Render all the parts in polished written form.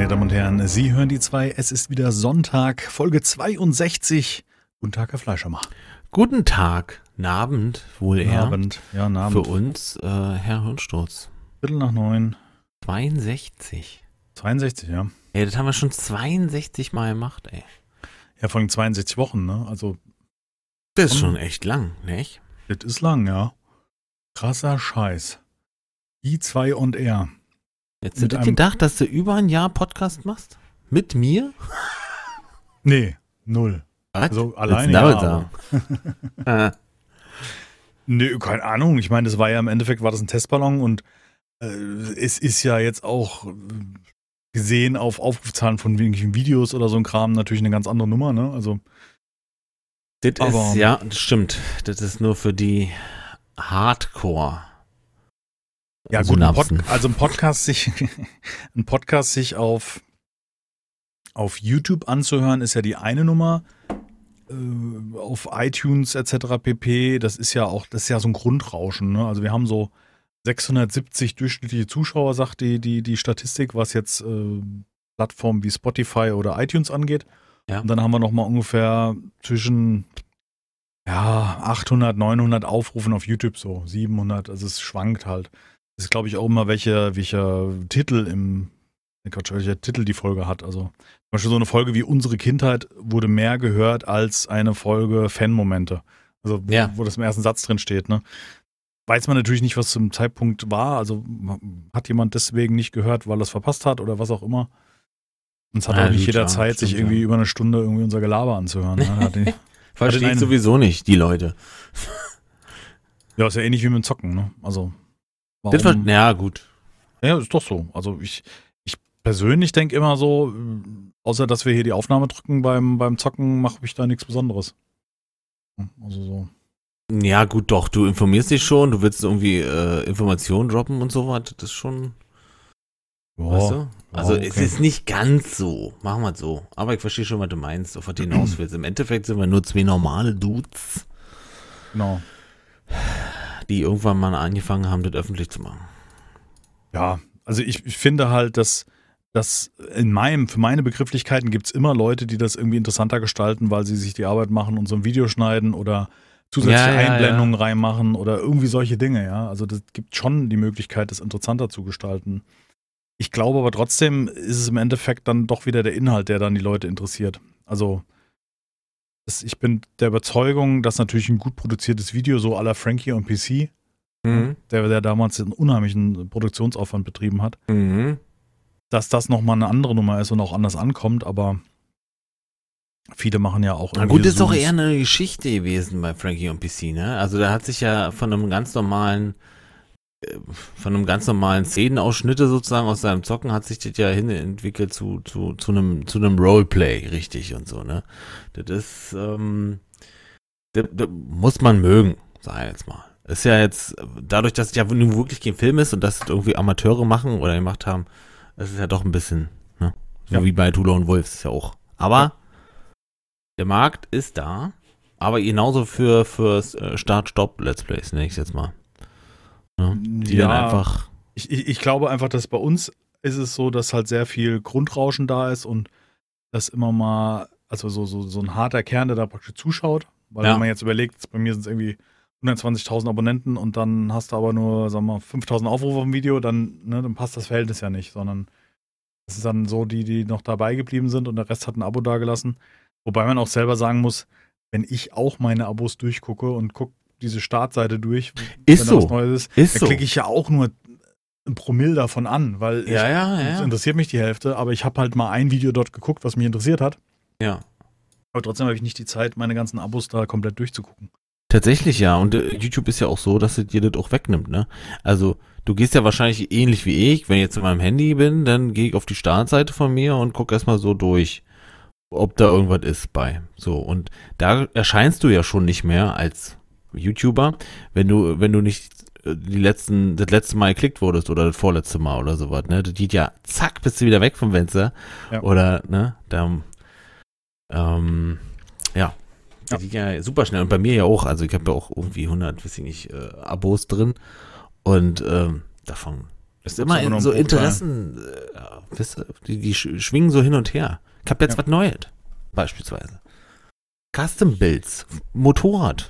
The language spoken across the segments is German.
meine Damen und Herren, Sie hören die zwei. Es ist wieder Sonntag, Folge 62. Guten Tag, Herr Fleischermacher. Guten Tag, Abend wohl eher. Abend, ja, Abend. Für uns, Herr Hirnsturz. 8:45. 62. 62, ja. Ey, das haben wir schon 62 Mal gemacht, ey. Ja, vor allem 62 Wochen, ne? Also. Das ist schon echt lang, nicht? Das ist lang, ja. Krasser Scheiß. Die 2 on Air. Jetzt hätte ich gedacht, dass du über ein Jahr Podcast machst? Mit mir? Nee, 0. Was? Also alleine ja, sagen. Nee, keine Ahnung. Ich meine, war im Endeffekt war das ein Testballon und es ist ja jetzt auch gesehen auf Aufrufzahlen von irgendwelchen Videos oder so ein Kram natürlich eine ganz andere Nummer, ne? Also ja, das stimmt. Das ist nur für die Hardcore. Ja, gut, ein Podcast sich auf YouTube anzuhören, ist ja die eine Nummer. Auf iTunes etc. pp. Das ist ja so ein Grundrauschen, ne? Also wir haben so 670 durchschnittliche Zuschauer, sagt die Statistik, was jetzt Plattformen wie Spotify oder iTunes angeht. Ja. Und dann haben wir nochmal ungefähr zwischen 800, 900 Aufrufen auf YouTube, so 700, also es schwankt halt. Das ist, glaube ich, auch immer welcher Titel welcher Titel die Folge hat. Also zum Beispiel so eine Folge wie Unsere Kindheit wurde mehr gehört als eine Folge Fanmomente. Also wo das im ersten Satz drin steht, ne? Weiß man natürlich nicht, was zum Zeitpunkt war. Also hat jemand deswegen nicht gehört, weil er es verpasst hat oder was auch immer. Und es hat auch nicht jeder Zeit, sich irgendwie über eine Stunde irgendwie unser Gelaber anzuhören. Ne? Verstehe ich sowieso nicht, die Leute. Ja, ist ja ähnlich wie mit dem Zocken, ne? Also ja, gut. Ja, ist doch so. Also ich persönlich denke immer so, außer dass wir hier die Aufnahme drücken beim Zocken, mache ich da nichts Besonderes. Also so. Ja, gut, doch, du informierst dich schon, du willst irgendwie Informationen droppen und so was, das ist schon, weißt du? Also okay. Es ist nicht ganz so, machen wir es so, aber ich verstehe schon, was du meinst, auf was du hinaus willst. Im Endeffekt sind wir nur zwei normale Dudes, genau, die irgendwann mal angefangen haben, das öffentlich zu machen. Ja, also ich finde halt, dass für meine Begrifflichkeiten gibt es immer Leute, die das irgendwie interessanter gestalten, weil sie sich die Arbeit machen und so ein Video schneiden oder zusätzliche Einblendungen reinmachen oder irgendwie solche Dinge, ja. Also das gibt schon die Möglichkeit, das interessanter zu gestalten. Ich glaube aber trotzdem ist es im Endeffekt dann doch wieder der Inhalt, der dann die Leute interessiert. Also ich bin der Überzeugung, dass natürlich ein gut produziertes Video so à la Frankie on PC, der damals einen unheimlichen Produktionsaufwand betrieben hat, dass das nochmal eine andere Nummer ist und auch anders ankommt, aber viele machen ja auch irgendwie. Na gut, das ist doch eher eine Geschichte gewesen bei Frankie on PC, ne? Also da hat sich ja von einem ganz normalen Szenenausschnitte sozusagen aus seinem Zocken hat sich das ja hin entwickelt zu einem Roleplay, richtig und so, ne? Das ist, das muss man mögen, sag ich jetzt mal. Ist ja jetzt, dadurch, dass es ja nun wirklich kein Film ist und dass es irgendwie Amateure machen oder gemacht haben, das ist ja doch ein bisschen, ne? So wie bei Tula und Wolf ist ja auch. Aber der Markt ist da, aber genauso für Start-Stop-Let's Plays, nenne ich es jetzt mal. Ne? Die dann einfach. Ich glaube einfach, dass bei uns ist es so, dass halt sehr viel Grundrauschen da ist und dass immer mal, also so ein harter Kern, der da praktisch zuschaut. Weil wenn man jetzt überlegt, bei mir sind es irgendwie 120.000 Abonnenten und dann hast du aber nur, sagen wir mal, 5.000 Aufrufe auf dem Video, dann passt das Verhältnis ja nicht, sondern es ist dann so, die noch dabei geblieben sind und der Rest hat ein Abo dagelassen. Wobei man auch selber sagen muss, wenn ich auch meine Abos durchgucke und gucke diese Startseite durch, wenn da was Neues ist, dann klicke ich ja auch nur ein Promille davon an, weil es interessiert mich die Hälfte, aber ich habe halt mal ein Video dort geguckt, was mich interessiert hat. Ja. Aber trotzdem habe ich nicht die Zeit, meine ganzen Abos da komplett durchzugucken. Tatsächlich ja, und YouTube ist ja auch so, dass es dir das auch wegnimmt, ne? Also du gehst ja wahrscheinlich ähnlich wie ich, wenn ich jetzt in meinem Handy bin, dann gehe ich auf die Startseite von mir und gucke erstmal so durch, ob da irgendwas ist bei. So, und da erscheinst du ja schon nicht mehr als YouTuber, wenn du nicht das letzte Mal geklickt wurdest oder das vorletzte Mal oder sowas, ne? Das geht ja, zack, bist du wieder weg vom Fenster. Ja. Oder, ne, das geht ja super schnell. Und bei mir ja auch, also ich habe ja auch irgendwie 100, weiß ich nicht, Abos drin und davon ist immer so Interessen Wisst ihr, die schwingen so hin und her. Ich hab jetzt was Neues, beispielsweise. Custom Builds, Motorrad.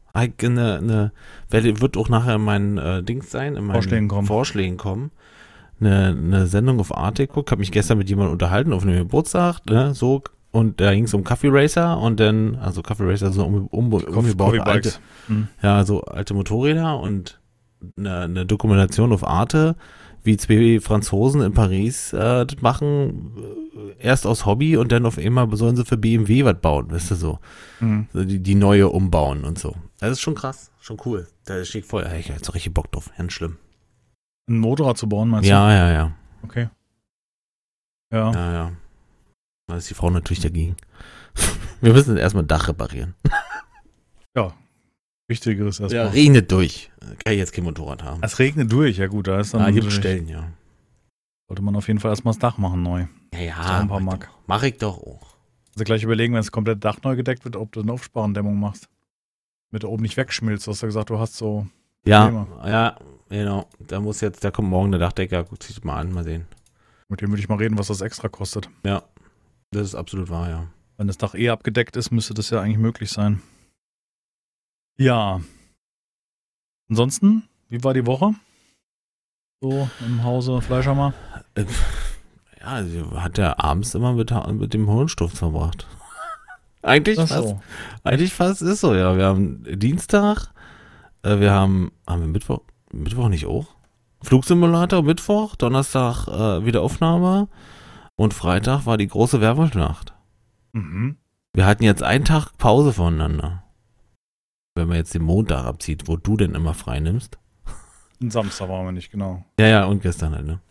Wird auch nachher in meinen Dings sein, in meinen Vorschlägen kommen. Eine Sendung auf Arte geguckt, habe mich gestern mit jemandem unterhalten auf einem Geburtstag, ne, so, und da ging es um Coffee Racer und dann, also Coffee Racer, so umgebaute alte, ja, so alte Motorräder und eine Dokumentation auf Arte, wie zwei Franzosen in Paris das machen, erst aus Hobby und dann auf einmal sollen sie für BMW was bauen, weißt du so. So die neue umbauen und so. Das ist schon krass, schon cool. Da steht voll, ich hab jetzt so richtig Bock drauf, ganz schlimm. Ein Motorrad zu bauen, meinst du? Ja. Okay. Ja. Da ist die Frau natürlich dagegen. Wir müssen erstmal ein Dach reparieren. Ja. Wichtigeres erstmal. Ja, regnet durch. Kann ich jetzt kein Motorrad haben. Es regnet durch, ja gut, da ist dann. Gibt Stellen, ja. Sollte man auf jeden Fall erstmal das Dach machen neu. Ja, mach ich doch auch. Also gleich überlegen, wenn das komplette Dach neu gedeckt wird, ob du eine Aufsparendämmung machst. Damit du oben nicht wegschmilzt. Du hast ja gesagt, du hast so Probleme. Ja, genau. Da kommt morgen der Dachdecker. Guck dich mal an, mal sehen. Mit dem würde ich mal reden, was das extra kostet. Ja, das ist absolut wahr, ja. Wenn das Dach abgedeckt ist, müsste das ja eigentlich möglich sein. Ja. Ansonsten, wie war die Woche? So im Hause Fleischermann? Ja, sie hat ja abends immer mit dem Hohenstoff verbracht. Eigentlich fast ist so, ja. Wir haben Dienstag, haben wir Mittwoch nicht auch? Flugsimulator, Mittwoch, Donnerstag wieder Aufnahme und Freitag war die große Werwolfnacht. Wir hatten jetzt einen Tag Pause voneinander. Wenn man jetzt den Montag abzieht, wo du denn immer frei nimmst. Ein Samstag waren wir nicht, genau. Ja, und gestern halt, ne?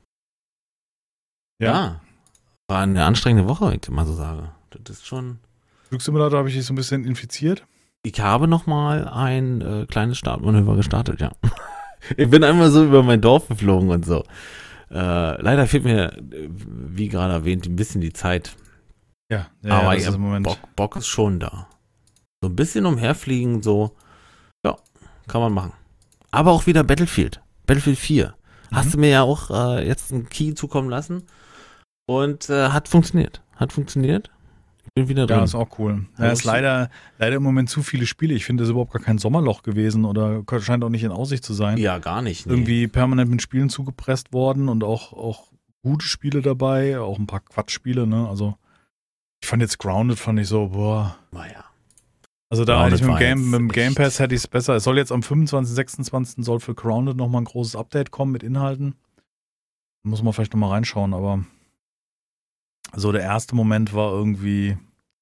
Ja. War eine anstrengende Woche, wenn ich mal so sage. Das ist schon... Flugsimulator habe ich dich so ein bisschen infiziert. Ich habe nochmal ein kleines Startmanöver gestartet, ja. Ich bin einmal so über mein Dorf geflogen und so. Leider fehlt mir, wie gerade erwähnt, ein bisschen die Zeit. Ja, aber das ist im Moment. Bock ist schon da. So ein bisschen umherfliegen, so, ja, kann man machen. Aber auch wieder Battlefield 4. Hast du mir ja auch jetzt einen Key zukommen lassen und hat funktioniert. Ich bin wieder drin. Ja, ist auch cool. Ja, ist leider im Moment zu viele Spiele. Ich finde, das ist überhaupt gar kein Sommerloch gewesen oder scheint auch nicht in Aussicht zu sein. Ja, gar nicht. Nee. Irgendwie permanent mit Spielen zugepresst worden und auch gute Spiele dabei, auch ein paar Quatschspiele, ne? Also ich fand jetzt Grounded, so, boah. Naja. Also da hätte ich mit dem Game Pass hätte ich es besser. Es soll jetzt am 25., 26. soll für Grounded nochmal ein großes Update kommen mit Inhalten. Da muss man vielleicht nochmal reinschauen, aber so der erste Moment war irgendwie,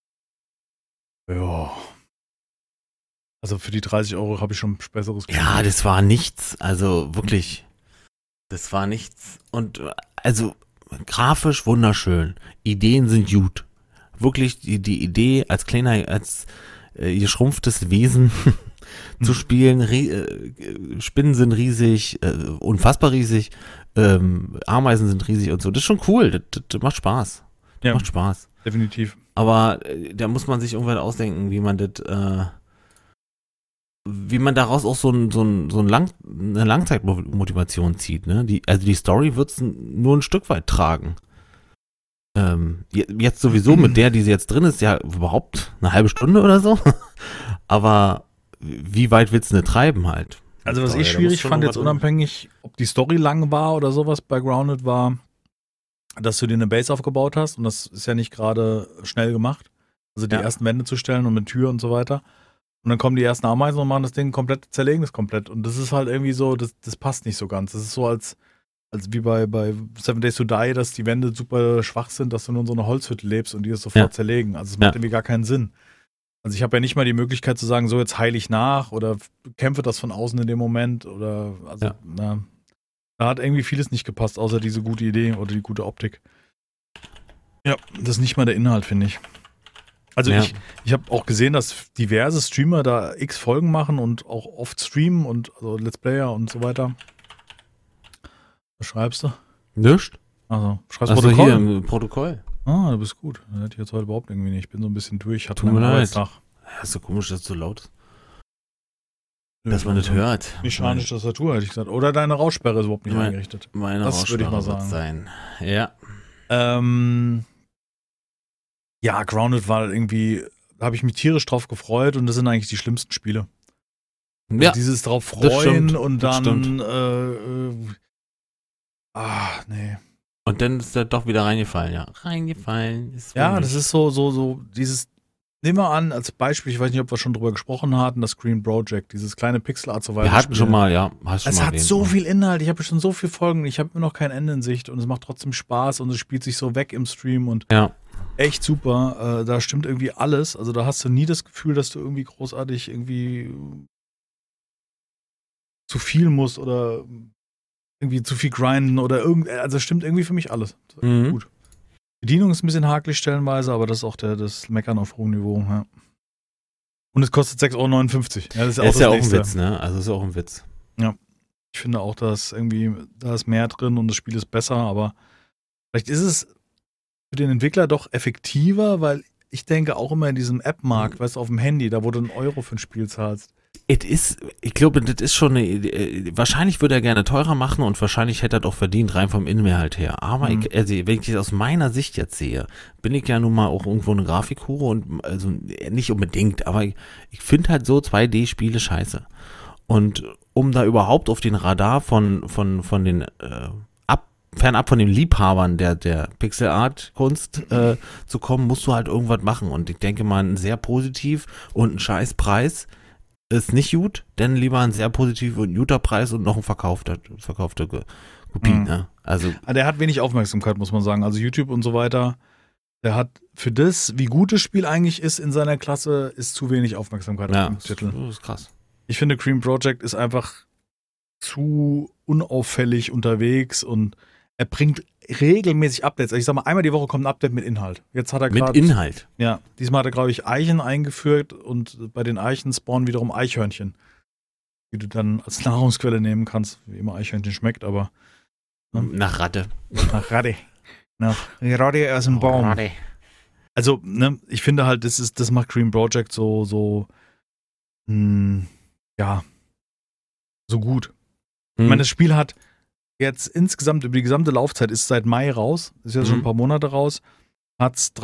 ja. Also für die 30 € habe ich schon besseres Gefühl. Ja, das war nichts. Also wirklich, das war nichts. Und also grafisch wunderschön. Ideen sind gut. Wirklich die Idee als geschrumpftes Wesen zu spielen. Spinnen sind riesig, unfassbar riesig. Ameisen sind riesig und so. Das ist schon cool. Das macht Spaß. Macht Spaß. Definitiv. Aber da muss man sich irgendwann ausdenken, wie man daraus auch eine Langzeitmotivation zieht. Ne? Die Story wird es nur ein Stück weit tragen. Jetzt sowieso mit die jetzt drin ist, ja überhaupt eine halbe Stunde oder so. Aber wie weit willst du denn treiben halt? Also was ich schwierig fand, jetzt unabhängig, ob die Story lang war oder sowas bei Grounded war, dass du dir eine Base aufgebaut hast und das ist ja nicht gerade schnell gemacht. Also die ersten Wände zu stellen und mit Tür und so weiter. Und dann kommen die ersten Ameisen und machen das Ding komplett, zerlegen das komplett. Und das ist halt irgendwie so, das passt nicht so ganz. Das ist so als wie bei 7 Days to Die, dass die Wände super schwach sind, dass du nur in so einer Holzhütte lebst und die das sofort zerlegen. Also es macht irgendwie gar keinen Sinn. Also ich habe ja nicht mal die Möglichkeit zu sagen, so jetzt heile ich nach oder kämpfe das von außen in dem Moment oder da hat irgendwie vieles nicht gepasst, außer diese gute Idee oder die gute Optik. Ja, das ist nicht mal der Inhalt, finde ich. Also ich habe auch gesehen, dass diverse Streamer da x Folgen machen und auch oft streamen und also Let's Player und so weiter. Was schreibst du? Nichts. Also, schreibst Protokoll? Hier im Protokoll. Ah, du bist gut. Das hätte ich jetzt heute überhaupt irgendwie nicht. Ich bin so ein bisschen durch. Tut mir leid. Ja, ist so komisch, dass es so laut ist. dass man das hört. Mechanische Tastatur, hätte ich gesagt. Oder deine Raussperre ist überhaupt nicht eingerichtet. Meine das würde ich mal Raussperre sagen. Sein. Ja. Ja, Grounded war irgendwie, da habe ich mich tierisch drauf gefreut und das sind eigentlich die schlimmsten Spiele. Ja. Also dieses drauf freuen und dann, nee. Und dann ist er doch wieder reingefallen, ja. Reingefallen. Ja, das ist so dieses, nehmen wir an, als Beispiel, ich weiß nicht, ob wir schon drüber gesprochen hatten, das Green Project, dieses kleine Pixel-Art so weiter. Wir hatten schon mal, ja. Es hat so viel Inhalt, ich habe schon so viele Folgen, ich habe immer noch kein Ende in Sicht und es macht trotzdem Spaß und es spielt sich so weg im Stream und echt super. Da stimmt irgendwie alles. Also da hast du nie das Gefühl, dass du irgendwie großartig irgendwie zu viel musst oder irgendwie zu viel grinden oder also stimmt irgendwie für mich alles. Gut. Bedienung ist ein bisschen hakelig stellenweise, aber das ist auch das Meckern auf hohem Niveau. Ja. Und es kostet 6,59 €. Ja, das ist ja auch ein Witz, ne? Also ist auch ein Witz. Ja. Ich finde auch, dass irgendwie, da ist mehr drin und das Spiel ist besser, aber vielleicht ist es für den Entwickler doch effektiver, weil ich denke auch immer in diesem App-Markt, weißt du, auf dem Handy, da wo du €1 für ein Spiel zahlst. Ich glaube, das ist schon wahrscheinlich würde er gerne teurer machen und wahrscheinlich hätte er doch verdient, rein vom Inhalt her. Aber wenn ich das aus meiner Sicht jetzt sehe, bin ich ja nun mal auch irgendwo eine Grafikhure und also nicht unbedingt, aber ich finde halt so 2D-Spiele scheiße. Und um da überhaupt auf den Radar von den fernab von den Liebhabern der Pixel-Art-Kunst zu kommen, musst du halt irgendwas machen. Und ich denke mal, ein sehr positiv und ein scheiß Preis ist nicht gut, denn lieber ein sehr positiv und guter Preis und noch ein verkaufte Kopie. Ne? Also der hat wenig Aufmerksamkeit, muss man sagen. Also YouTube und so weiter, der hat für das, wie gut das Spiel eigentlich ist in seiner Klasse, ist zu wenig Aufmerksamkeit auf dem Titel. Das ist krass. Ich finde, Green Project ist einfach zu unauffällig unterwegs und er bringt regelmäßig Updates. Also ich sag mal, einmal die Woche kommt ein Update mit Inhalt. Jetzt hat er mit Inhalt? Ja, diesmal hat er, glaube ich, Eichen eingeführt und bei den Eichen spawnen wiederum Eichhörnchen, die du dann als Nahrungsquelle nehmen kannst, wie immer Eichhörnchen schmeckt, aber nach Ratte. Nach Ratte. Nach Ratte aus dem Baum. Ratte. Also, ne, ich finde halt, das macht Green Project so gut. Ich meine, das Spiel hat jetzt insgesamt über die gesamte Laufzeit, ist seit Mai raus, ist ja schon ein paar Monate raus, hat es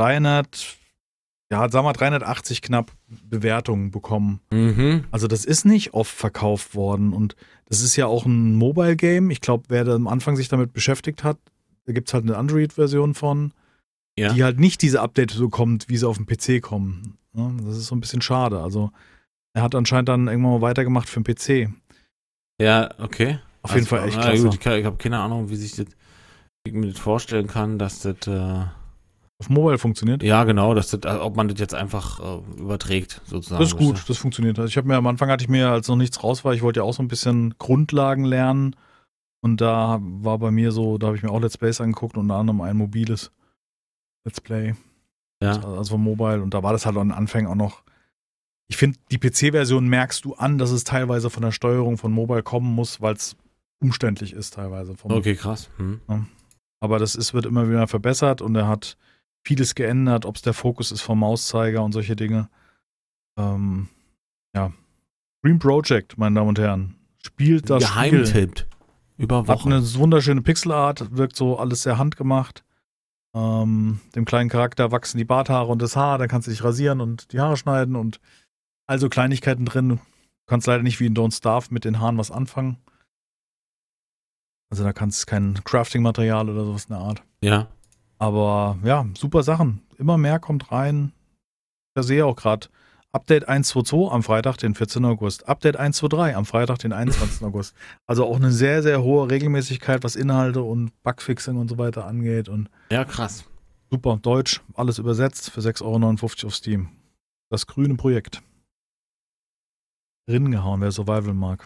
380 knapp Bewertungen bekommen. Also das ist nicht oft verkauft worden und das ist ja auch ein Mobile-Game. Ich glaube, wer da am Anfang sich damit beschäftigt hat, da gibt es halt eine Android-Version von, die halt nicht diese Updates bekommt, wie sie auf dem PC kommen. Ja, das ist so ein bisschen schade. Also er hat anscheinend dann irgendwann mal weitergemacht für den PC. Ja, okay. Auf jeden Fall echt klasse. Gut, ich habe keine Ahnung, wie ich mir das vorstellen kann, dass das auf Mobile funktioniert? Ja, genau, ob man das jetzt einfach überträgt, sozusagen. Das ist gut, das funktioniert. Also am Anfang hatte ich mir, als noch nichts raus war, ich wollte ja auch so ein bisschen Grundlagen lernen und da war bei mir so, da habe ich mir auch Let's Plays angeguckt, unter anderem ein mobiles Let's Play. Ja. Also Mobile und da war das halt an Anfang auch noch. Ich finde, die PC-Version merkst du an, dass es teilweise von der Steuerung von Mobile kommen muss, weil es umständlich ist teilweise. Okay, krass. Ja. Aber das wird immer wieder verbessert und er hat vieles geändert, ob es der Fokus ist vom Mauszeiger und solche Dinge. Ja. Green Project, meine Damen und Herren. Spielt das Geheimtipp. Über Wochen. Hat eine wunderschöne Pixelart, wirkt so alles sehr handgemacht. Dem kleinen Charakter wachsen die Barthaare und das Haar, dann kannst du dich rasieren und die Haare schneiden und also Kleinigkeiten drin. Du kannst leider nicht wie in Don't Starve mit den Haaren was anfangen. Also da kannst du kein Crafting-Material oder sowas in der Art. Ja. Aber ja, super Sachen. Immer mehr kommt rein. Ich sehe auch gerade Update 1.2.2 am Freitag, den 14. August. Update 1.2.3 am Freitag, den 21. August. Also auch eine sehr, sehr hohe Regelmäßigkeit, was Inhalte und Bugfixing und so weiter angeht. Und ja, krass. Super, Deutsch, alles übersetzt für 6,59 € auf Steam. Das grüne Projekt. Gehauen, wer Survival mag.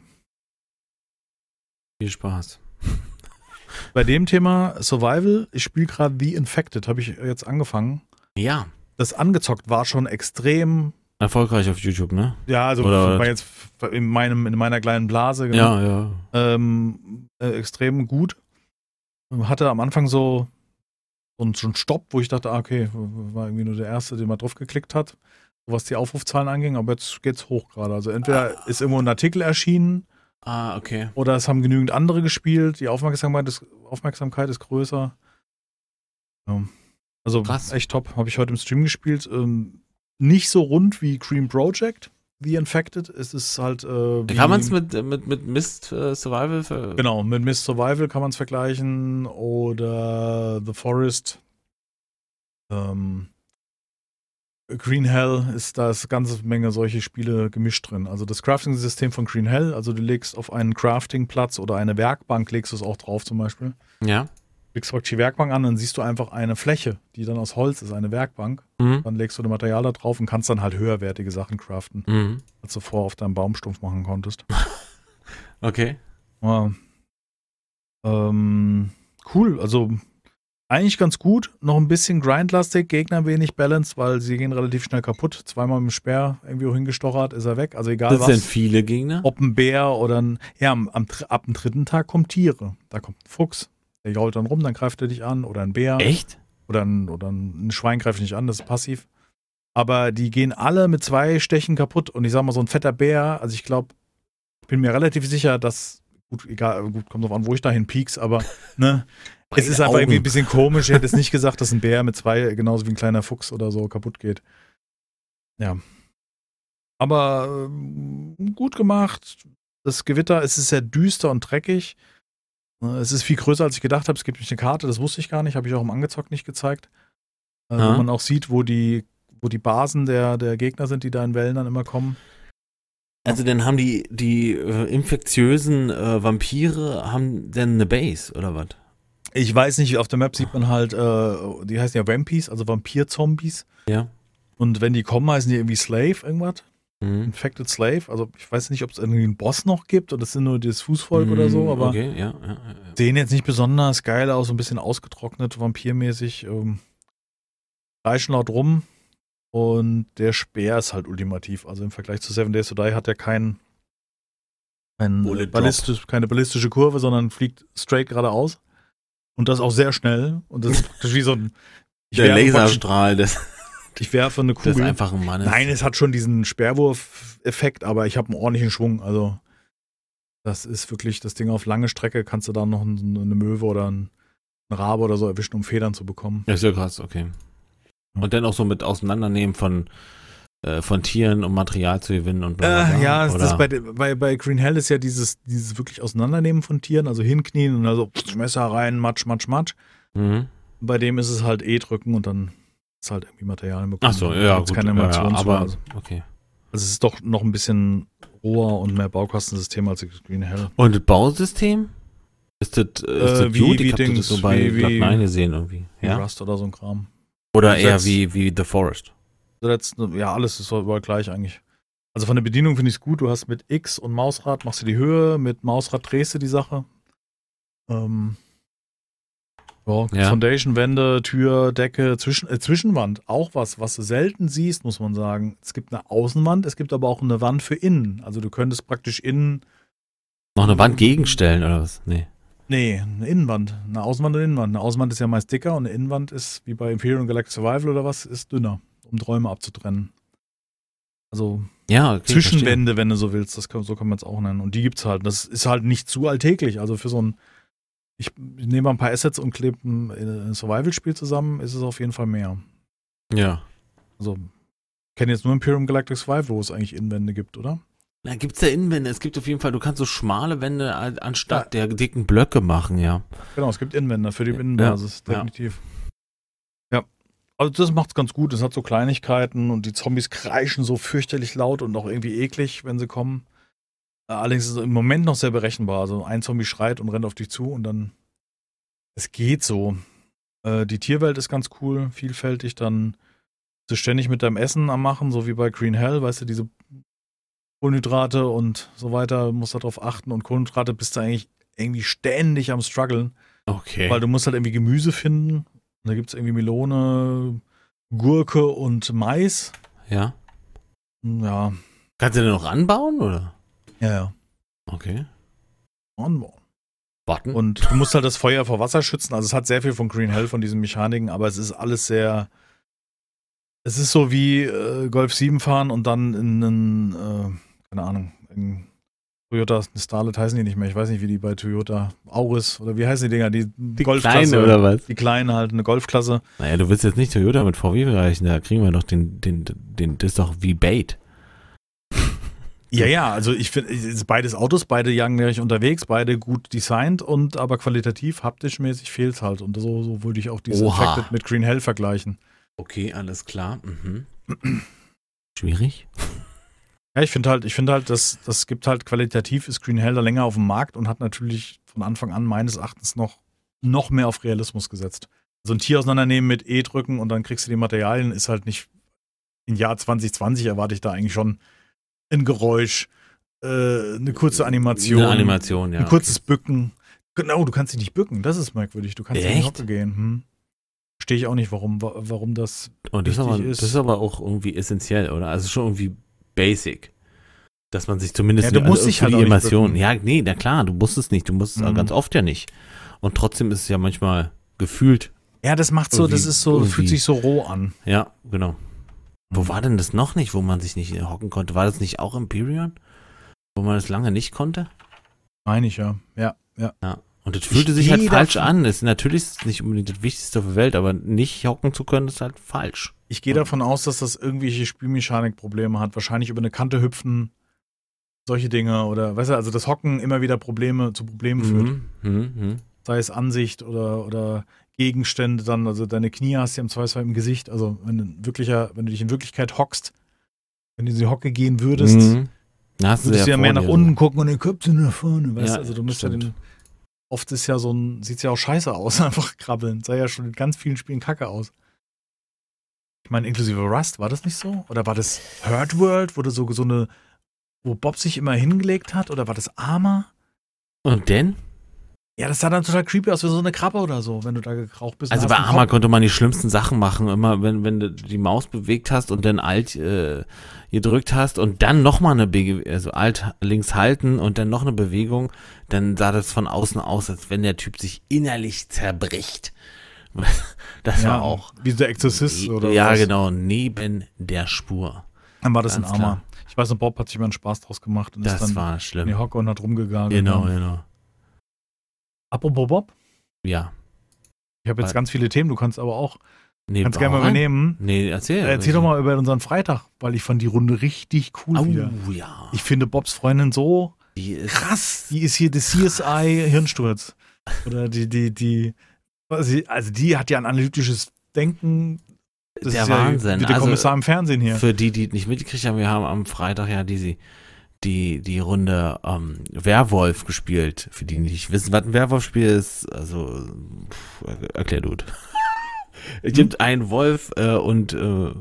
Viel Spaß. Bei dem Thema Survival, ich spiele gerade The Infected, habe ich jetzt angefangen. Ja. Das angezockt war schon extrem erfolgreich auf YouTube, ne? Ja, also war jetzt in meiner kleinen Blase. Genau. Ja. Extrem gut. Hatte am Anfang so einen Stopp, wo ich dachte, okay, war irgendwie nur der Erste, der mal drauf geklickt hat. was die Aufrufzahlen anging, aber jetzt geht's hoch gerade. Also entweder ist irgendwo ein Artikel erschienen, okay. oder es haben genügend andere gespielt, die Aufmerksamkeit ist größer. Ja. Also Krass. echt top, habe ich heute im Stream gespielt. Nicht so rund wie Cream Project, The Infected. Es ist halt Kann man es mit Mist Survival Genau, mit Mist Survival kann man es vergleichen oder The Forest. Green Hell ist da eine ganze Menge solche Spiele gemischt drin. Also das Crafting-System von Green Hell, also du legst auf einen Crafting-Platz oder eine Werkbank, legst du es auch drauf zum Beispiel. Ja. Legst praktisch die Werkbank an, dann siehst du einfach eine Fläche, die dann aus Holz ist, eine Werkbank. Dann legst du das Material da drauf und kannst dann halt höherwertige Sachen craften, als du vorher auf deinem Baumstumpf machen konntest. Okay. Ja. Cool, also eigentlich ganz gut, noch ein bisschen grindlastig, Gegner wenig Balance, weil sie gehen relativ schnell kaputt. Zweimal mit dem Speer irgendwie hingestochert, ist er weg. Also egal das was. Das sind viele Gegner? Ob ein Bär oder ein, ja, ab dem 3. Tag kommen Tiere. Da kommt ein Fuchs, der jault dann rum, dann greift er dich an. Oder ein Bär. Echt? Oder ein Schwein greift dich nicht an, das ist passiv. Aber die gehen alle mit 2 Stechen kaputt. Und ich sag mal, so ein fetter Bär, also ich glaube, ich bin mir relativ sicher, dass, gut, kommt drauf an, wo ich dahin pieks, aber, ne, es ist einfach irgendwie ein bisschen komisch. Ich hätte es nicht gesagt, dass ein Bär mit 2 genauso wie ein kleiner Fuchs oder so kaputt geht. Ja. Aber gut gemacht. Das Gewitter, es ist sehr düster und dreckig. Es ist viel größer, als ich gedacht habe. Es gibt nämlich eine Karte, das wusste ich gar nicht, habe ich auch im Angezockt nicht gezeigt. Wo man auch sieht, wo die Basen der Gegner sind, die da in Wellen dann immer kommen. Also dann haben die infektiösen Vampire haben dann eine Base, oder was? Ich weiß nicht, auf der Map sieht man halt, die heißen ja Vampies, also Vampir-Zombies. Ja. Und wenn die kommen, heißen die irgendwie Slave irgendwas. Infected Slave. Also ich weiß nicht, ob es irgendwie einen Boss noch gibt oder es sind nur das Fußvolk oder so, aber okay, ja. sehen jetzt nicht besonders geil aus, so ein bisschen ausgetrocknet, vampirmäßig. Reichen laut rum. Und der Speer ist halt ultimativ. Also im Vergleich zu 7 Days to Die hat er keine ballistische Kurve, sondern fliegt straight geradeaus. Und das auch sehr schnell. Und das ist praktisch wie so ein der Laserstrahl ich werfe eine Kugel. Das ist einfach ein Mann. Nein, es hat schon diesen Speerwurf-Effekt, aber ich habe einen ordentlichen Schwung. Also das ist wirklich das Ding auf lange Strecke. Kannst du da noch eine Möwe oder einen Rabe oder so erwischen, um Federn zu bekommen. Das ist ja krass, okay. Und dann auch so mit Auseinandernehmen von Tieren, um Material zu gewinnen und bla. Ja, das bei Green Hell ist ja dieses wirklich Auseinandernehmen von Tieren, also hinknien und also Messer rein, Matsch. Bei dem ist es halt drücken und dann ist halt irgendwie Material bekommen. Ach so, ja, gut. Keine Animation aber also. Okay. Also es ist doch noch ein bisschen roher und mehr Baukastensystem als Green Hell. Und das Bausystem? Ist das gut? Ich habe das so bei Blood 9 gesehen irgendwie. Ja? Rust oder so ein Kram. Oder eher wie The Forest. Ja, alles ist überall gleich eigentlich. Also von der Bedienung finde ich es gut. Du hast mit X und Mausrad machst du die Höhe, mit Mausrad drehst du die Sache. Foundation, Wände, Tür, Decke, Zwischenwand. Auch was du selten siehst, muss man sagen. Es gibt eine Außenwand, es gibt aber auch eine Wand für innen. Also du könntest praktisch innen noch eine Wand gegenstellen oder was? Nee, eine Innenwand. Eine Außenwand und eine Innenwand. Eine Außenwand ist ja meist dicker und eine Innenwand ist, wie bei Imperial Galactic Survival oder was, ist dünner, um Räume abzutrennen. Also ja, okay, Zwischenwände, wenn du so willst, so kann man es auch nennen. Und die gibt's halt. Das ist halt nicht zu alltäglich. Also für so ein, ich nehme mal ein paar Assets und klebe ein Survival-Spiel zusammen, ist es auf jeden Fall mehr. Ja. Also, ich kenne jetzt nur Imperial Galactic Survival, wo es eigentlich Innenwände gibt, oder? Na, gibt's ja Innenwände. Es gibt auf jeden Fall, du kannst so schmale Wände anstatt der dicken Blöcke machen, ja. Genau, es gibt Innenwände für die Innenbasis, definitiv. Ja, also das macht's ganz gut. Es hat so Kleinigkeiten und die Zombies kreischen so fürchterlich laut und auch irgendwie eklig, wenn sie kommen. Allerdings ist es im Moment noch sehr berechenbar. Also ein Zombie schreit und rennt auf dich zu und dann, es geht so. Die Tierwelt ist ganz cool, vielfältig. Dann bist du ständig mit deinem Essen am Machen, so wie bei Green Hell, weißt du, diese Kohlenhydrate und so weiter, musst darauf achten. Und Kohlenhydrate bist du eigentlich irgendwie ständig am struggeln. Okay. Weil du musst halt irgendwie Gemüse finden. Und da gibt es irgendwie Melone, Gurke und Mais. Ja. Ja. Kannst du den noch anbauen, oder? Ja. Okay. Anbauen. Warten. Und du musst halt das Feuer vor Wasser schützen. Also es hat sehr viel von Green Hell, von diesen Mechaniken, aber es ist alles sehr Es ist so wie Golf 7 fahren und dann in einen, keine Ahnung, in Toyota Starlet heißen die nicht mehr. Ich weiß nicht, wie die bei Toyota Auris oder wie heißen die Dinger? Die Golfklasse. Kleine oder was? Die kleinen halt, eine Golfklasse. Naja, du willst jetzt nicht Toyota mit VW vergleichen, da kriegen wir doch das ist doch wie Bait. Ja, also ich finde, beides Autos, beide jagenmäßig unterwegs, beide gut designt und aber qualitativ, haptisch-mäßig fehlt es halt. Und so würde ich auch diese Infected mit Green Hell vergleichen. Okay, alles klar. Mhm. Schwierig. Ja, ich finde halt, das gibt halt qualitativ, ist Green Hell da länger auf dem Markt und hat natürlich von Anfang an meines Erachtens noch mehr auf Realismus gesetzt. So ein Tier auseinandernehmen mit drücken und dann kriegst du die Materialien, ist halt nicht, im Jahr 2020 erwarte ich da eigentlich schon ein Geräusch, eine kurze Animation. Eine Animation, ja. Ein kurzes Bücken. Genau, du kannst dich nicht bücken, das ist merkwürdig. Du kannst Echt? in die Hocke gehen. Verstehe ich auch nicht, warum das und das ist aber auch irgendwie essentiell, oder? Also schon irgendwie basic. Dass man sich zumindest du musst dich für halt die auch nicht Animation. bücken. Ja, nee, na klar, du musst es nicht. Du musst es ganz oft ja nicht. Und trotzdem ist es ja manchmal gefühlt. Ja, das macht so, das ist so, fühlt sich so roh an. Ja, genau. Wo war denn das noch nicht, wo man sich nicht hocken konnte? War das nicht auch Empyrean? Wo man das lange nicht konnte? Meine ich, ja. Ja. Und das fühlte sich halt falsch an. Natürlich ist es nicht unbedingt das Wichtigste auf der Welt, aber nicht hocken zu können, ist halt falsch. Ich gehe davon aus, dass das irgendwelche Spielmechanik-Probleme hat. Wahrscheinlich über eine Kante hüpfen, solche Dinge. Oder, weißt du, also das Hocken immer wieder zu Problemen führt. Sei es Ansicht oder Gegenstände dann. Also deine Knie hast du ja im Zweifelsfall im Gesicht. Also wenn du dich in Wirklichkeit hockst, wenn du in die Hocke gehen würdest, würdest du ja mehr nach unten gucken und den Köpfchen nach vorne. Weißt du? Also du musst ja oft ist ja sieht es ja auch scheiße aus, einfach krabbeln. Sah ja schon in ganz vielen Spielen kacke aus. Ich meine, inklusive Rust, war das nicht so? Oder war das Hurt World, wo Bob sich immer hingelegt hat? Oder war das Arma? Und denn? Ja, das sah dann total creepy aus, wie so eine Krabbe oder so, wenn du da gekraucht bist. Also bei Arma konnte man die schlimmsten Sachen machen. Immer, wenn du die Maus bewegt hast und dann Alt gedrückt hast und dann nochmal also Alt links halten und dann noch eine Bewegung, dann sah das von außen aus, als wenn der Typ sich innerlich zerbricht. Das war auch. Wie der Exorzist oder ja, was? Genau, neben der Spur. Dann war das Ganz ein Arma. klar. Ich weiß noch, Bob hat sich mal einen Spaß draus gemacht und Das ist dann war in schlimm. die Hocke und hat rumgegangen. Genau. Apropos Bob, Ja. ich habe jetzt ganz viele Themen, du kannst aber auch Kannst gerne mal übernehmen. Nee, erzähl. Erzähl doch mal über unseren Freitag, weil ich fand die Runde richtig cool wieder. Ja. Ich finde Bobs Freundin so Die ist krass. Die ist hier das CSI Hirnsturz. Oder die hat ja ein analytisches Denken. Das der ist Wahnsinn. Ja wie der Kommissar im Fernsehen hier. Für die nicht mitgekriegt haben, wir haben am Freitag ja die Runde Werwolf gespielt. Für die nicht wissen, was ein Werwolf-Spiel ist, also erklär du. Es gibt einen Wolf und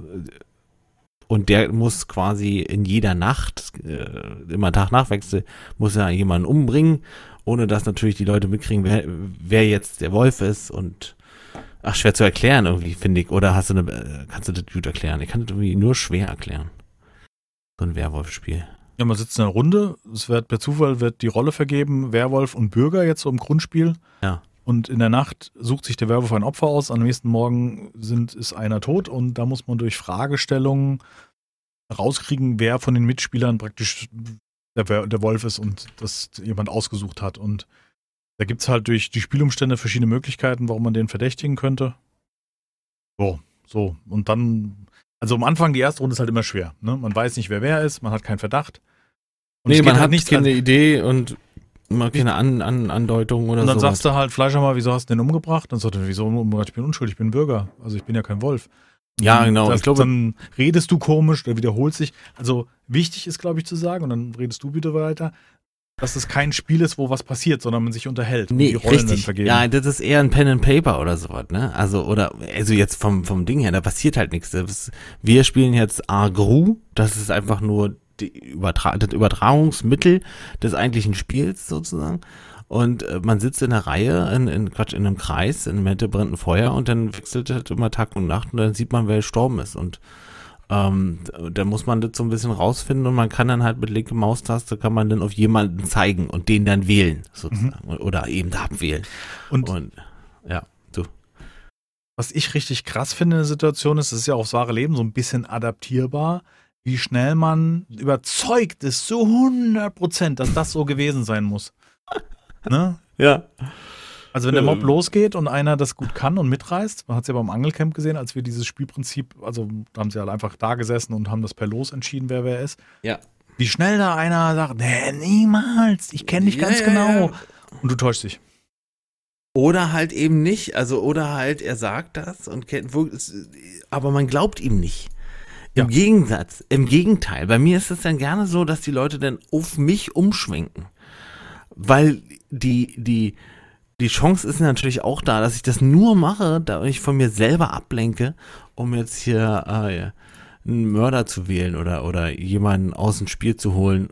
der muss quasi in jeder Nacht, immer Tag-Nacht-Wechsel, muss er jemanden umbringen, ohne dass natürlich die Leute mitkriegen, wer jetzt der Wolf ist und schwer zu erklären irgendwie, finde ich. Oder kannst du das gut erklären? Ich kann das irgendwie nur schwer erklären. So ein Werwolf-Spiel. Ja, man sitzt in einer Runde, per Zufall wird die Rolle vergeben, Werwolf und Bürger jetzt so im Grundspiel. Ja. Und in der Nacht sucht sich der Werwolf ein Opfer aus, am nächsten Morgen ist einer tot und da muss man durch Fragestellungen rauskriegen, wer von den Mitspielern praktisch der Wolf ist und das jemand ausgesucht hat. Und da gibt es halt durch die Spielumstände verschiedene Möglichkeiten, warum man den verdächtigen könnte. So. Und dann, also am Anfang, die erste Runde ist halt immer schwer. Ne? Man weiß nicht, wer ist, man hat keinen Verdacht. Und man hat nichts, keine Idee und mal keine Andeutung oder so. Und dann sagst du halt, Fleischer mal, wieso hast du den umgebracht? Dann sagt er, wieso umgebracht? Ich bin unschuldig, ich bin Bürger. Also ich bin ja kein Wolf. Ja, genau. Ich glaube, dann redest du komisch, der wiederholt sich. Also wichtig ist, glaube ich, zu sagen, und dann redest du bitte weiter, dass es kein Spiel ist, wo was passiert, sondern man sich unterhält. Nee, die Rollen richtig. Dann vergeben. Ja, das ist eher ein Pen and Paper oder sowas, ne? Also jetzt vom Ding her, da passiert halt nichts. Wir spielen jetzt Agru, das ist einfach nur das Übertragungsmittel des eigentlichen Spiels sozusagen. Und man sitzt in einer Reihe, in einem Kreis, in der Mitte brennt ein Feuer und dann wechselt halt immer Tag und Nacht und dann sieht man, wer gestorben ist. Und da muss man das so ein bisschen rausfinden und man kann dann halt mit linker Maustaste kann man dann auf jemanden zeigen und den dann wählen, sozusagen. Oder eben da abwählen. Und ja, du. Was ich richtig krass finde in der Situation ist, das ist ja aufs wahre Leben so ein bisschen adaptierbar, wie schnell man überzeugt ist, zu 100%, dass das so gewesen sein muss. Ne? Ja. Also wenn der Mob losgeht und einer das gut kann und mitreißt, man hat es ja beim Angelcamp gesehen, als wir dieses Spielprinzip, also da haben sie halt einfach da gesessen und haben das per Los entschieden, wer ist. Ja. Wie schnell da einer sagt, nee, niemals, ich kenne dich ganz genau. Und du täuschst dich. Oder halt eben nicht, also oder halt er sagt das und aber man glaubt ihm nicht. Im Gegenteil, bei mir ist es dann gerne so, dass die Leute dann auf mich umschwenken. Weil die Chance ist natürlich auch da, dass ich das nur mache, da ich von mir selber ablenke, um jetzt hier einen Mörder zu wählen oder jemanden aus dem Spiel zu holen.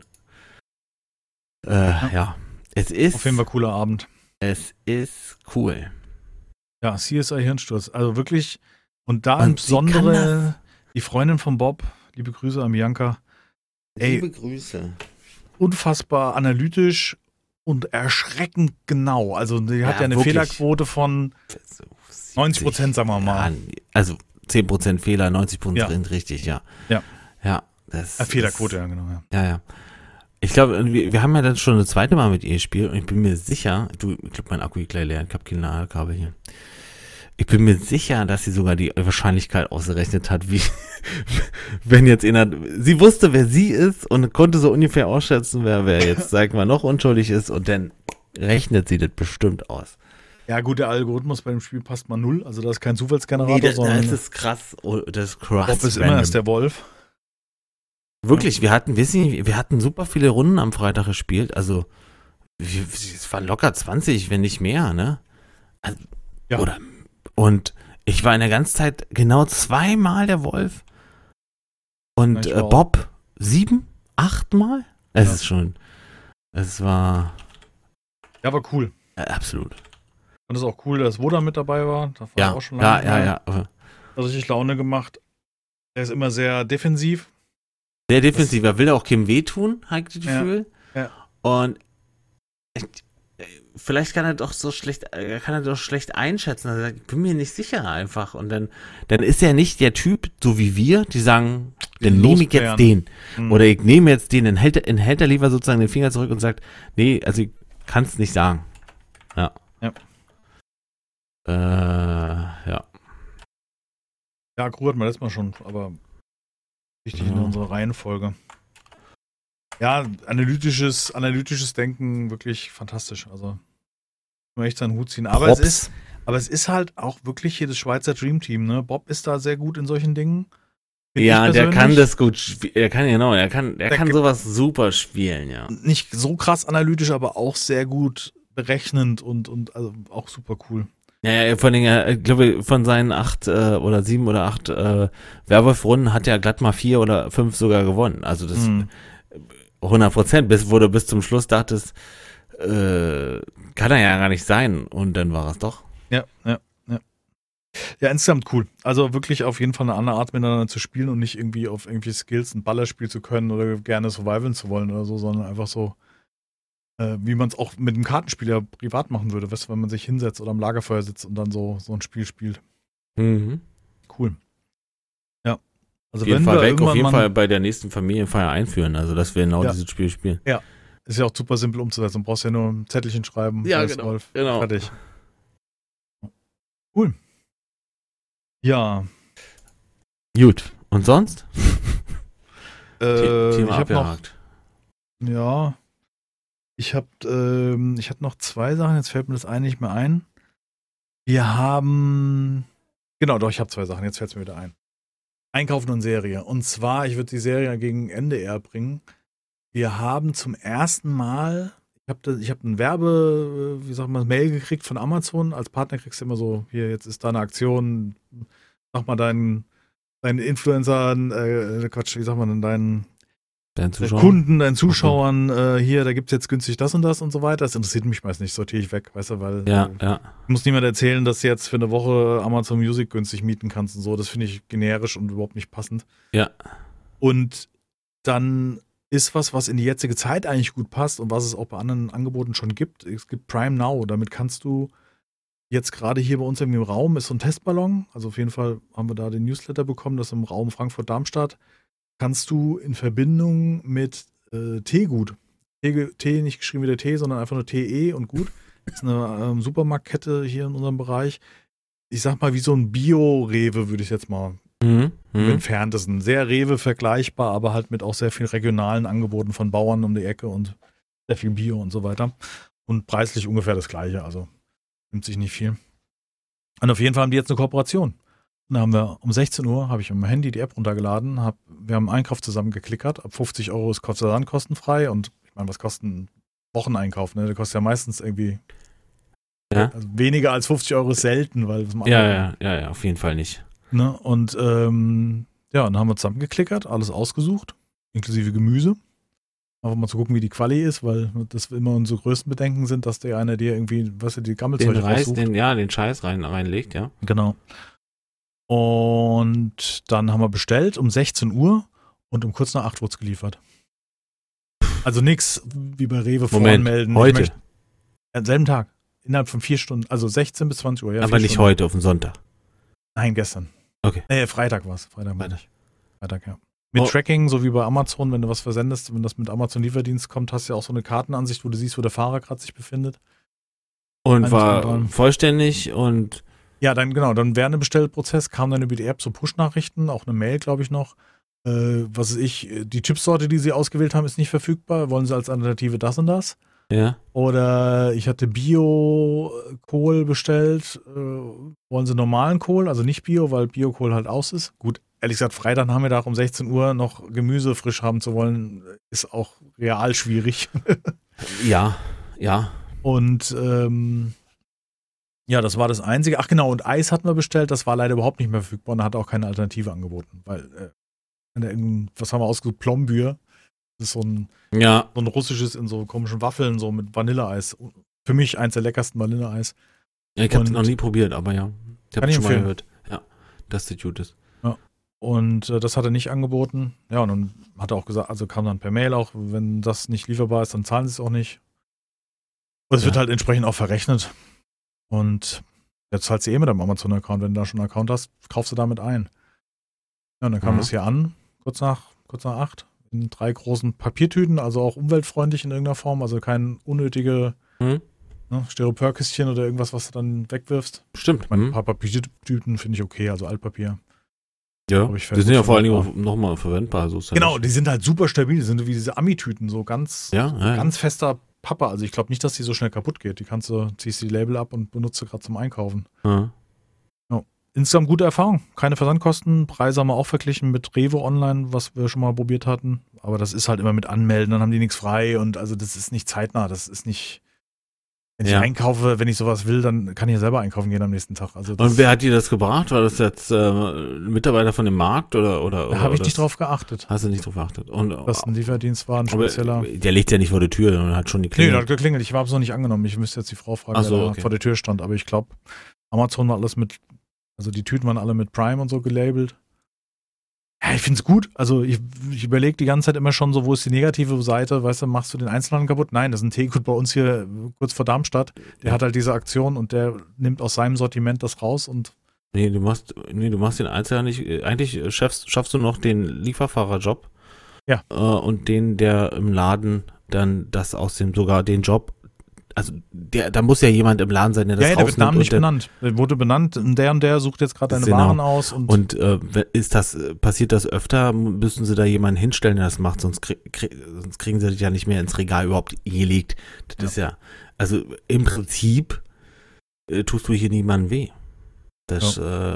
Ja, es ist auf jeden Fall cooler Abend. Es ist cool. Ja, CSI Hirnsturz. Also wirklich, und da insbesondere die Freundin von Bob, liebe Grüße an Bianca. Liebe Grüße. Unfassbar analytisch und erschreckend genau. Also die hat ja eine wirklich. Fehlerquote von 90%, sagen wir mal. Also 10% Fehler, 90% richtig, ja. Ja. Fehlerquote, ja, genau. Ja. Ich glaube, wir haben ja dann schon das zweite Mal mit ihr gespielt und ich bin mir sicher, ich glaube, mein Akku ist gleich leer, ich habe kein Ladekabel hier. Ich bin mir sicher, dass sie sogar die Wahrscheinlichkeit ausgerechnet hat, wie, wenn jetzt sie wusste, wer sie ist und konnte so ungefähr ausschätzen, wer jetzt, sag mal, noch unschuldig ist und dann rechnet sie das bestimmt aus. Ja gut, der Algorithmus bei dem Spiel passt mal 0, also da ist kein Zufallsgenerator, sondern das ist krass, das ist krass. Bob ist immer erst der Wolf. Wirklich, wir hatten super viele Runden am Freitag gespielt, also es waren locker 20, wenn nicht mehr, ne? Also, ja. Und ich war in der ganzen Zeit genau 2-mal der Wolf und Bob 7, 8 Mal? Es war... Ja, war cool. Absolut. Und es ist auch cool, dass Woda mit dabei war. Da war auch schon lange. Ja. Hat richtig Laune gemacht. Er ist immer sehr defensiv. Sehr defensiv, er will auch keinem wehtun, habe ich das Gefühl. Ja. Und vielleicht kann er doch schlecht einschätzen. Also ich bin mir nicht sicher einfach. Und dann ist er nicht der Typ, so wie wir, die sagen, dann nehme ich jetzt den. Oder ich nehme jetzt den, dann hält er lieber sozusagen den Finger zurück und sagt, nee, also ich kann es nicht sagen. Ja. Ja. Ja, Gru hat man letztes Mal schon, aber wichtig in unserer Reihenfolge. Ja, analytisches Denken, wirklich fantastisch. Also, muss echt seinen Hut ziehen. Aber es ist halt auch wirklich hier das Schweizer Dream Team, ne? Bob ist da sehr gut in solchen Dingen. Ja, der kann das gut, er kann sowas super spielen, ja. Nicht so krass analytisch, aber auch sehr gut berechnend und also auch super cool. Ja, vor allem, ich glaube, von seinen 8 oder 7 oder 8 Werwolf-Runden hat er glatt mal 4 oder 5 sogar gewonnen. Also das 100%, wo du bis zum Schluss dachtest, kann er ja gar nicht sein. Und dann war es doch. Ja. Ja, insgesamt cool. Also wirklich auf jeden Fall eine andere Art miteinander zu spielen und nicht irgendwie auf irgendwie Skills ein Ballerspiel zu können oder gerne survivalen zu wollen oder so, sondern einfach so, wie man es auch mit einem Kartenspieler privat machen würde, weißt du, wenn man sich hinsetzt oder am Lagerfeuer sitzt und dann so ein Spiel spielt. Mhm. Cool. Ja. Also auf jeden Fall bei der nächsten Familienfeier einführen, also dass wir genau dieses Spiel spielen. Ja. Ist ja auch super simpel umzusetzen. Du brauchst ja nur ein Zettelchen schreiben. Ja, genau. Fertig. Cool. Ja. Gut. Und sonst? Thema abgehakt. Ja. Ich hatte noch 2 Sachen, jetzt fällt mir das eine nicht mehr ein. Wir haben, genau, doch, ich habe 2 Sachen, jetzt fällt es mir wieder ein. Einkaufen und Serie. Und zwar, ich würde die Serie gegen Ende eher bringen. Wir haben zum ersten Mal, ich hab ein Mail gekriegt von Amazon. Als Partner kriegst du immer so, hier, jetzt ist da eine Aktion, mach mal deinen Influencern, deinen Kunden, deinen Zuschauern, hier, da gibt's jetzt günstig das und so weiter. Das interessiert mich meist nicht, sortiere ich weg, weißt du, weil muss niemand erzählen, dass du jetzt für eine Woche Amazon Music günstig mieten kannst und so. Das finde ich generisch und überhaupt nicht passend. Ja. Und dann ist was in die jetzige Zeit eigentlich gut passt und was es auch bei anderen Angeboten schon gibt. Es gibt Prime Now, damit kannst du jetzt gerade hier bei uns irgendwie im Raum ist so ein Testballon. Also auf jeden Fall haben wir da den Newsletter bekommen, dass im Raum Frankfurt-Darmstadt kannst du in Verbindung mit Teegut, Tee nicht geschrieben wie der Tee, sondern einfach nur TE und Gut. Das ist eine Supermarktkette hier in unserem Bereich. Ich sag mal, wie so ein Bio-Rewe, würde ich jetzt mal im Entferntesten. Sehr Rewe vergleichbar, aber halt mit auch sehr viel regionalen Angeboten von Bauern um die Ecke und sehr viel Bio und so weiter. Und preislich ungefähr das Gleiche, also nimmt sich nicht viel. Und auf jeden Fall haben die jetzt eine Kooperation. Und da haben wir um 16 Uhr, habe ich am Handy die App runtergeladen, wir haben einen Einkauf zusammen geklickert. Ab 50 Euro ist Gott sei Dank kostenfrei. Und ich meine, was kostet ein Wocheneinkauf? Ne? Der kostet ja meistens irgendwie also weniger als 50 Euro ist selten, weil Ja, auf jeden Fall nicht. Ne? Und dann haben wir zusammen geklickert, alles ausgesucht, inklusive Gemüse. Einfach mal zu gucken, wie die Quali ist, weil das immer unsere größten Bedenken sind, dass der einer dir irgendwie, die Gammelzeug raussucht. Den Scheiß reinlegt, ja. Genau. Und dann haben wir bestellt um 16 Uhr und um kurz nach 8 wurde es geliefert. Also nix wie bei Rewe voranmelden. Heute? Am selben Tag. Innerhalb von 4 Stunden, also 16 bis 20 Uhr. Ja, aber nicht heute, auf den Sonntag. Nein, gestern. Okay. Freitag war es. Freitag, ja. Mit Tracking, so wie bei Amazon, wenn du was versendest, wenn das mit Amazon Lieferdienst kommt, hast du ja auch so eine Kartenansicht, wo du siehst, wo der Fahrer gerade sich befindet. Und war vollständig und... Ja, dann während dem Bestellprozess kam dann über die App so Push-Nachrichten, auch eine Mail, glaube ich noch. Was weiß ich, die Chipsorte, die sie ausgewählt haben, ist nicht verfügbar. Wollen sie als Alternative das und das? Ja. Oder ich hatte Bio-Kohl bestellt. Wollen sie normalen Kohl, also nicht Bio, weil Bio-Kohl halt aus ist. Gut, ehrlich gesagt, Freitag Nachmittag um 16 Uhr noch Gemüse frisch haben zu wollen, ist auch real schwierig. Ja. Und das war das Einzige. Ach genau, und Eis hatten wir bestellt, das war leider überhaupt nicht mehr verfügbar und hat auch keine Alternative angeboten. Weil, was haben wir ausgesucht? Plombier. Das ist so ein russisches in so komischen Waffeln, so mit Vanilleeis. Für mich eins der leckersten Vanilleeis. Ja, ich habe es noch nie probiert, aber ja. Ich habe schon mal gehört. Ja, dass das gut ist. Ja. Und das hat er nicht angeboten. Ja, und dann hat er auch gesagt, also kam dann per Mail auch, wenn das nicht lieferbar ist, dann zahlen sie es auch nicht. Und es wird halt entsprechend auch verrechnet. Und jetzt zahlst du mit deinem Amazon-Account. Wenn du da schon einen Account hast, kaufst du damit ein. Ja, und dann kam das hier an, kurz nach 8, in 3 großen Papiertüten, also auch umweltfreundlich in irgendeiner Form, also kein unnötige Styroporkistchen oder irgendwas, was du dann wegwirfst. Stimmt. Ich meine, ein paar Papiertüten finde ich okay, also Altpapier. Ja, die sind ja vor allen Dingen auch nochmal verwendbar. So genau, die sind halt super stabil, die sind wie diese Ami-Tüten, so ganz fester Pappe. Also ich glaube nicht, dass die so schnell kaputt geht. Ziehst die Label ab und benutzt sie gerade zum Einkaufen. Ja. Insgesamt gute Erfahrung. Keine Versandkosten. Preise haben wir auch verglichen mit Rewe Online, was wir schon mal probiert hatten. Aber das ist halt immer mit Anmelden, dann haben die nichts frei und also das ist nicht zeitnah. Das ist nicht, wenn ich einkaufe, wenn ich sowas will, dann kann ich ja selber einkaufen gehen am nächsten Tag. Also und wer hat dir das gebracht? War das jetzt ein Mitarbeiter von dem Markt oder? Da habe ich nicht drauf geachtet. Hast du nicht drauf geachtet? Dass ein Lieferdienst war, ein spezieller. Der liegt ja nicht vor der Tür und hat schon die Klingel. Nee, der hat geklingelt. Ich habe es noch nicht angenommen. Ich müsste jetzt die Frau fragen, wer da vor der Tür stand. Aber ich glaube, Amazon war alles also die Tüten waren alle mit Prime und so gelabelt. Ja, ich finde es gut. Also ich überlege die ganze Zeit immer schon so, wo ist die negative Seite? Weißt du, machst du den Einzelhandel kaputt? Nein, das ist ein Teegut bei uns hier kurz vor Darmstadt. Der hat halt diese Aktion und der nimmt aus seinem Sortiment das raus und du machst den Einzelhandel nicht. Eigentlich schaffst du noch den Lieferfahrerjob. Ja. Und der im Laden dann das sogar den Job. Also da muss ja jemand im Laden sein, der das rausnimmt. Ja, der wird Namen nicht benannt. Der wurde benannt, der und der sucht jetzt gerade deine Waren aus. Und passiert das öfter, müssen sie da jemanden hinstellen, der das macht, sonst kriegen sie das ja nicht mehr ins Regal überhaupt gelegt. Das ist ja, also im Prinzip tust du hier niemandem weh. Das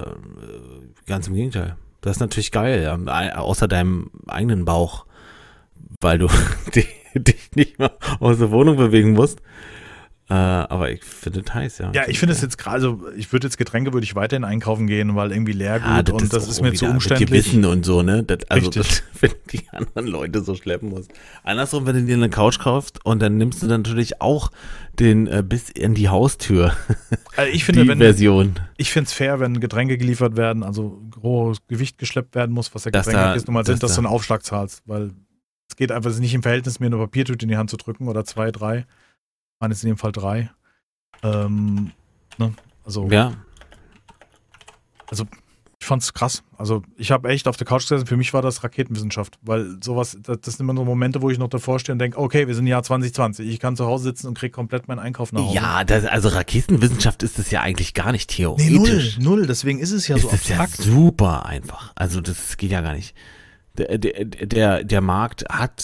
ganz im Gegenteil. Das ist natürlich geil, ja. Außer deinem eigenen Bauch, weil du dich nicht mal aus der Wohnung bewegen musst. Aber ich finde es heiß, ja. Ja, ich finde es jetzt gerade, also ich würde weiterhin einkaufen gehen, weil irgendwie Leergut und das ist mir zu umständlich. Mit Gewissen und so, ne? Das wenn die anderen Leute so schleppen musst. Andersrum, wenn du dir eine Couch kaufst und dann nimmst du dann natürlich auch den bis in die Haustür. Also ich finde, Version. Ich finde es fair, wenn Getränke geliefert werden, also großes Gewicht geschleppt werden muss, was der Getränke ist, dass du einen Aufschlag zahlst, weil es geht einfach nicht im Verhältnis, mir eine Papiertüte in die Hand zu drücken oder 2, 3. Waren jetzt in dem Fall 3. Also, Ja. also ich fand's krass. Also ich habe echt auf der Couch gesessen, für mich war das Raketenwissenschaft, weil sowas, das sind immer so Momente, wo ich noch davor stehe und denke, okay, wir sind im Jahr 2020, ich kann zu Hause sitzen und kriege komplett meinen Einkauf nach Hause. Ja, also Raketenwissenschaft ist es ja eigentlich gar nicht Nee, theoretisch. null, deswegen ist es ja so ist es ja abstrakt. super einfach. Also das geht ja gar nicht. Der Markt hat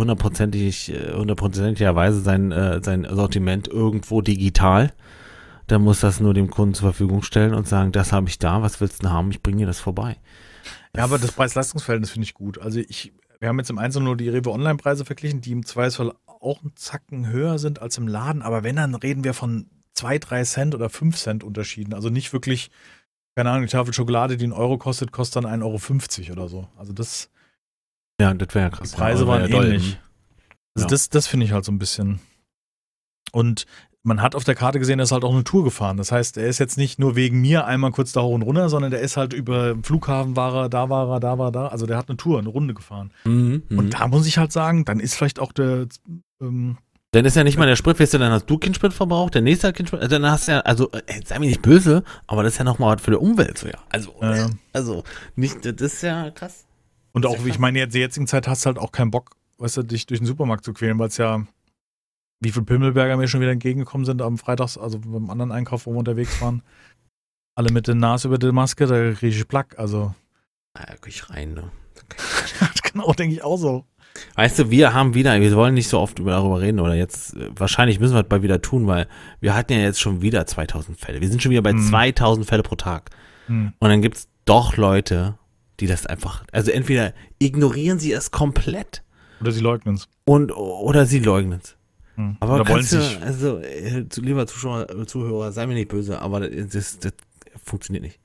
hundertprozentigerweise sein Sortiment irgendwo digital. Da muss das nur dem Kunden zur Verfügung stellen und sagen, das habe ich da, was willst du denn haben? Ich bringe dir das vorbei. Ja, aber das Preis-Leistungs-Verhältnis finde ich gut. Also wir haben jetzt im Einzelnen nur die Rewe Online-Preise verglichen, die im Zweifelsfall auch einen Zacken höher sind als im Laden. Aber wenn, dann reden wir von 2, 3 Cent oder 5 Cent Unterschieden. Also nicht wirklich, keine Ahnung, die Tafel Schokolade, die 1 Euro kostet, kostet dann 1,50 Euro oder so. Also das, Ja, das wäre ja krass. die Preise Ja, waren wär ja doll. ähnlich. Also Ja. das finde ich halt so ein bisschen. Und man hat auf der Karte gesehen, er ist halt auch eine Tour gefahren. Das heißt, er ist jetzt nicht nur wegen mir einmal kurz da hoch und runter, sondern der ist halt über den Flughafen war er, da war er, da war er, da. Also der hat eine Tour, eine Runde gefahren. Mhm. Und da muss ich halt sagen, dann ist vielleicht auch der, Dann ist ja nicht mal der Sprit, weißt du, dann hast du keinen Sprit verbraucht, der nächste hat keinen Sprit, dann hast du ja, also, sei mir nicht böse, aber das ist ja nochmal was für die Umwelt, so ja. Also, nicht, das ist ja krass. und Das auch, ist ja wie ich krass. meine, jetzt in der jetzigen Zeit hast du halt auch keinen Bock, weißt du, dich durch den Supermarkt zu quälen, weil es ja, wie viele Pimmelberger mir schon wieder entgegengekommen sind am Freitags, also beim anderen Einkauf, wo wir unterwegs waren. Alle mit der Nase über der Maske, da kriege ich Plack, also. Da guck ich rein, ne. Genau, denke ich auch so. Weißt du, wir wollen nicht so oft darüber reden oder jetzt, wahrscheinlich müssen wir das bald wieder tun, weil wir hatten ja jetzt schon wieder 2000 Fälle. Wir sind schon wieder bei 2000 Fälle pro Tag. Hm. Und dann gibt's doch Leute, die das einfach, also entweder ignorieren sie es komplett Oder sie leugnen es. oder sie leugnen es. Aber Oder wollen kannst du, sich. also, lieber Zuhörer, sei mir nicht böse, aber das funktioniert nicht.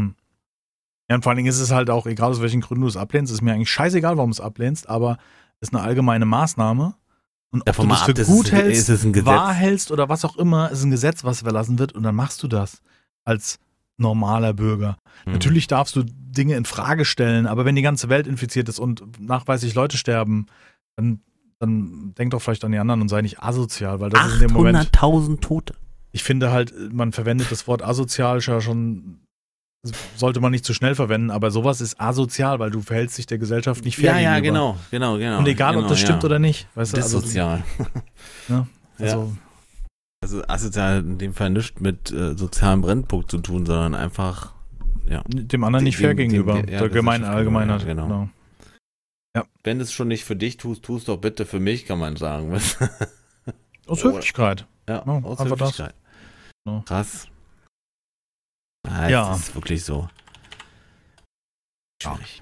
Ja, und vor allen Dingen ist es halt auch, egal aus welchen Gründen du es ablehnst, ist mir eigentlich scheißegal, warum du es ablehnst, aber es ist eine allgemeine Maßnahme. Und ob Davon du mal das ab, für das gut ist hältst, ein Gesetz. wahr hältst oder was auch immer, ist ein Gesetz, was verlassen wird und dann machst du das als normaler Bürger. Natürlich darfst du Dinge in Frage stellen, aber wenn die ganze Welt infiziert ist und nachweislich Leute sterben, dann denk doch vielleicht an die anderen und sei nicht asozial, weil das ist in dem Moment, 800.000 Tote. ich finde halt, man verwendet das Wort asozial ja schon, sollte man nicht zu schnell verwenden, aber sowas ist asozial, weil du verhältst dich der Gesellschaft nicht fair Ja, gegenüber. genau. Und egal, ob das stimmt oder nicht. Weißt du, Dissozial. ne? Also, Also asozial in dem Fall nichts mit sozialem Brennpunkt zu tun, sondern einfach, ja. dem anderen nicht fair gegenüber. ja, Der das gemeinen ist Allgemeinheit. genau. Wenn du es schon nicht für dich tust, tust doch bitte für mich, kann man sagen. Was? Aus Höflichkeit. Ja, Ja, aus einfach das. Höflichkeit. Ja. Krass. Ah, Ja. Das ist wirklich so. Schwierig.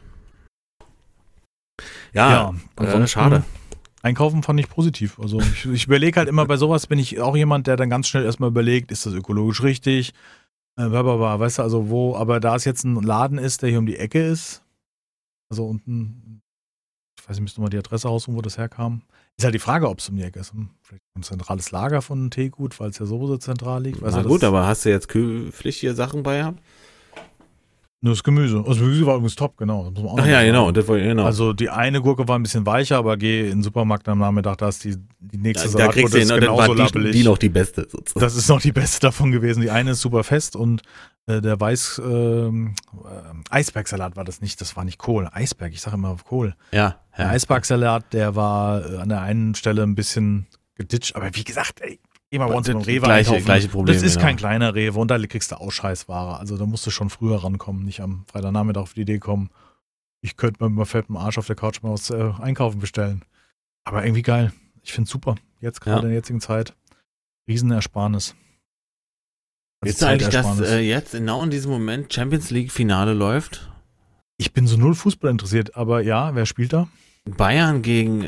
Ja, ansonsten schade. Einkaufen fand ich positiv. Also ich überlege halt immer, bei sowas bin ich auch jemand, der dann ganz schnell erstmal überlegt, ist das ökologisch richtig? Weißt du, also wo, aber da es jetzt ein Laden ist, der hier um die Ecke ist, also unten, ich weiß nicht, müsste mal die Adresse raussuchen, wo das herkam. Ist halt die Frage, ob es um die Ecke ist. Vielleicht ein zentrales Lager von Teegut, weil es ja sowieso zentral liegt. Na gut, aber hast du jetzt kühlpflichtige Sachen bei gehabt? Nur das Gemüse. Das Gemüse war übrigens top, genau. Das muss man auch Ach noch ja, sagen. genau. Das war, genau. Also die eine Gurke war ein bisschen weicher, aber geh in den Supermarkt am Nachmittag, da ist die nächste da kriegst Salatgurke du ist dann genauso war lappelig. die noch die beste sozusagen. Das ist noch die beste davon gewesen. Die eine ist super fest und der Eisbergsalat war das nicht, das war nicht Kohl. Eisberg, ich sage immer Kohl. Ja. Der Eisbergsalat, der war an der einen Stelle ein bisschen geditscht, aber wie gesagt, ey, geh mal bei uns in den Rewe einkaufen. Gleiche Problem. Das ist genau. kein kleiner Rewe und da kriegst du auch Scheißware. Also da musst du schon früher rankommen, nicht am Freitagnachmittag auf die Idee kommen, ich könnte mir mal fettem Arsch auf der Couch mal was einkaufen bestellen. Aber irgendwie geil. Ich finde es super. Jetzt gerade in der jetzigen Zeit. Riesenersparnis. Ist eigentlich, dass jetzt genau in diesem Moment Champions League Finale läuft? Ich bin so null Fußball interessiert, aber ja, wer spielt da? Bayern gegen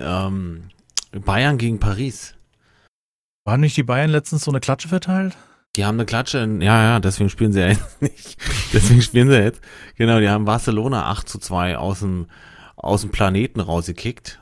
Paris. Waren nicht die Bayern letztens so eine Klatsche verteilt? Die haben eine Klatsche, ja, deswegen spielen sie ja jetzt nicht. Deswegen spielen sie jetzt. Genau, die haben Barcelona 8:2 aus dem Planeten rausgekickt.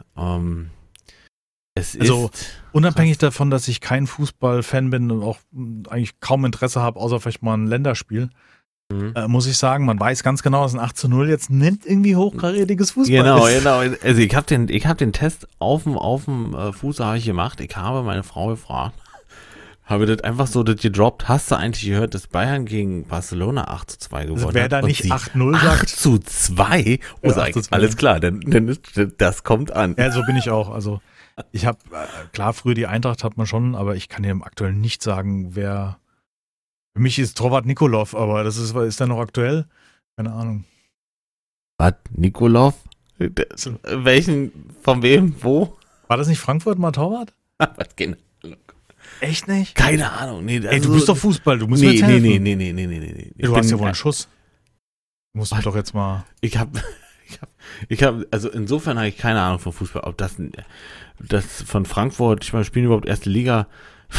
Unabhängig davon, dass ich kein Fußballfan bin und auch eigentlich kaum Interesse habe, außer vielleicht mal ein Länderspiel, muss ich sagen, man weiß ganz genau, dass ein 8:0 jetzt nicht irgendwie hochkarätiges Fußball ist. Genau. Also ich hab den Test auf dem Fuß habe ich gemacht. Ich habe meine Frau gefragt, Habe das einfach so das gedroppt. Hast du eigentlich gehört, dass Bayern gegen Barcelona 8:2 gewonnen hat? Wer da nicht 8-0 sagt. 8:2? Oh, Ja, 8:2. Alles klar, dann das kommt an. Ja, so bin ich auch. Also ich habe, klar, früher die Eintracht hat man schon, aber ich kann dir aktuell nicht sagen, wer. Für mich ist Torwart Nikolov, aber ist der noch aktuell? Keine Ahnung. Was? Nikolov? Welchen, von wem, wo? War das nicht Frankfurt mal Torwart? Was geht? Echt nicht? Keine Ahnung. Nee, Ey, du bist doch Fußball, du musst mir jetzt helfen. Nee. Du hast ja wohl einen Schuss. Du musst mir doch jetzt mal. Ich hab, also insofern habe ich keine Ahnung von Fußball. Ob das von Frankfurt, ich meine, spielen überhaupt erste Liga.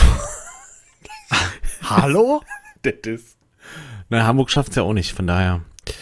Hallo? Das ist. Na, Hamburg schafft es ja auch nicht, von daher.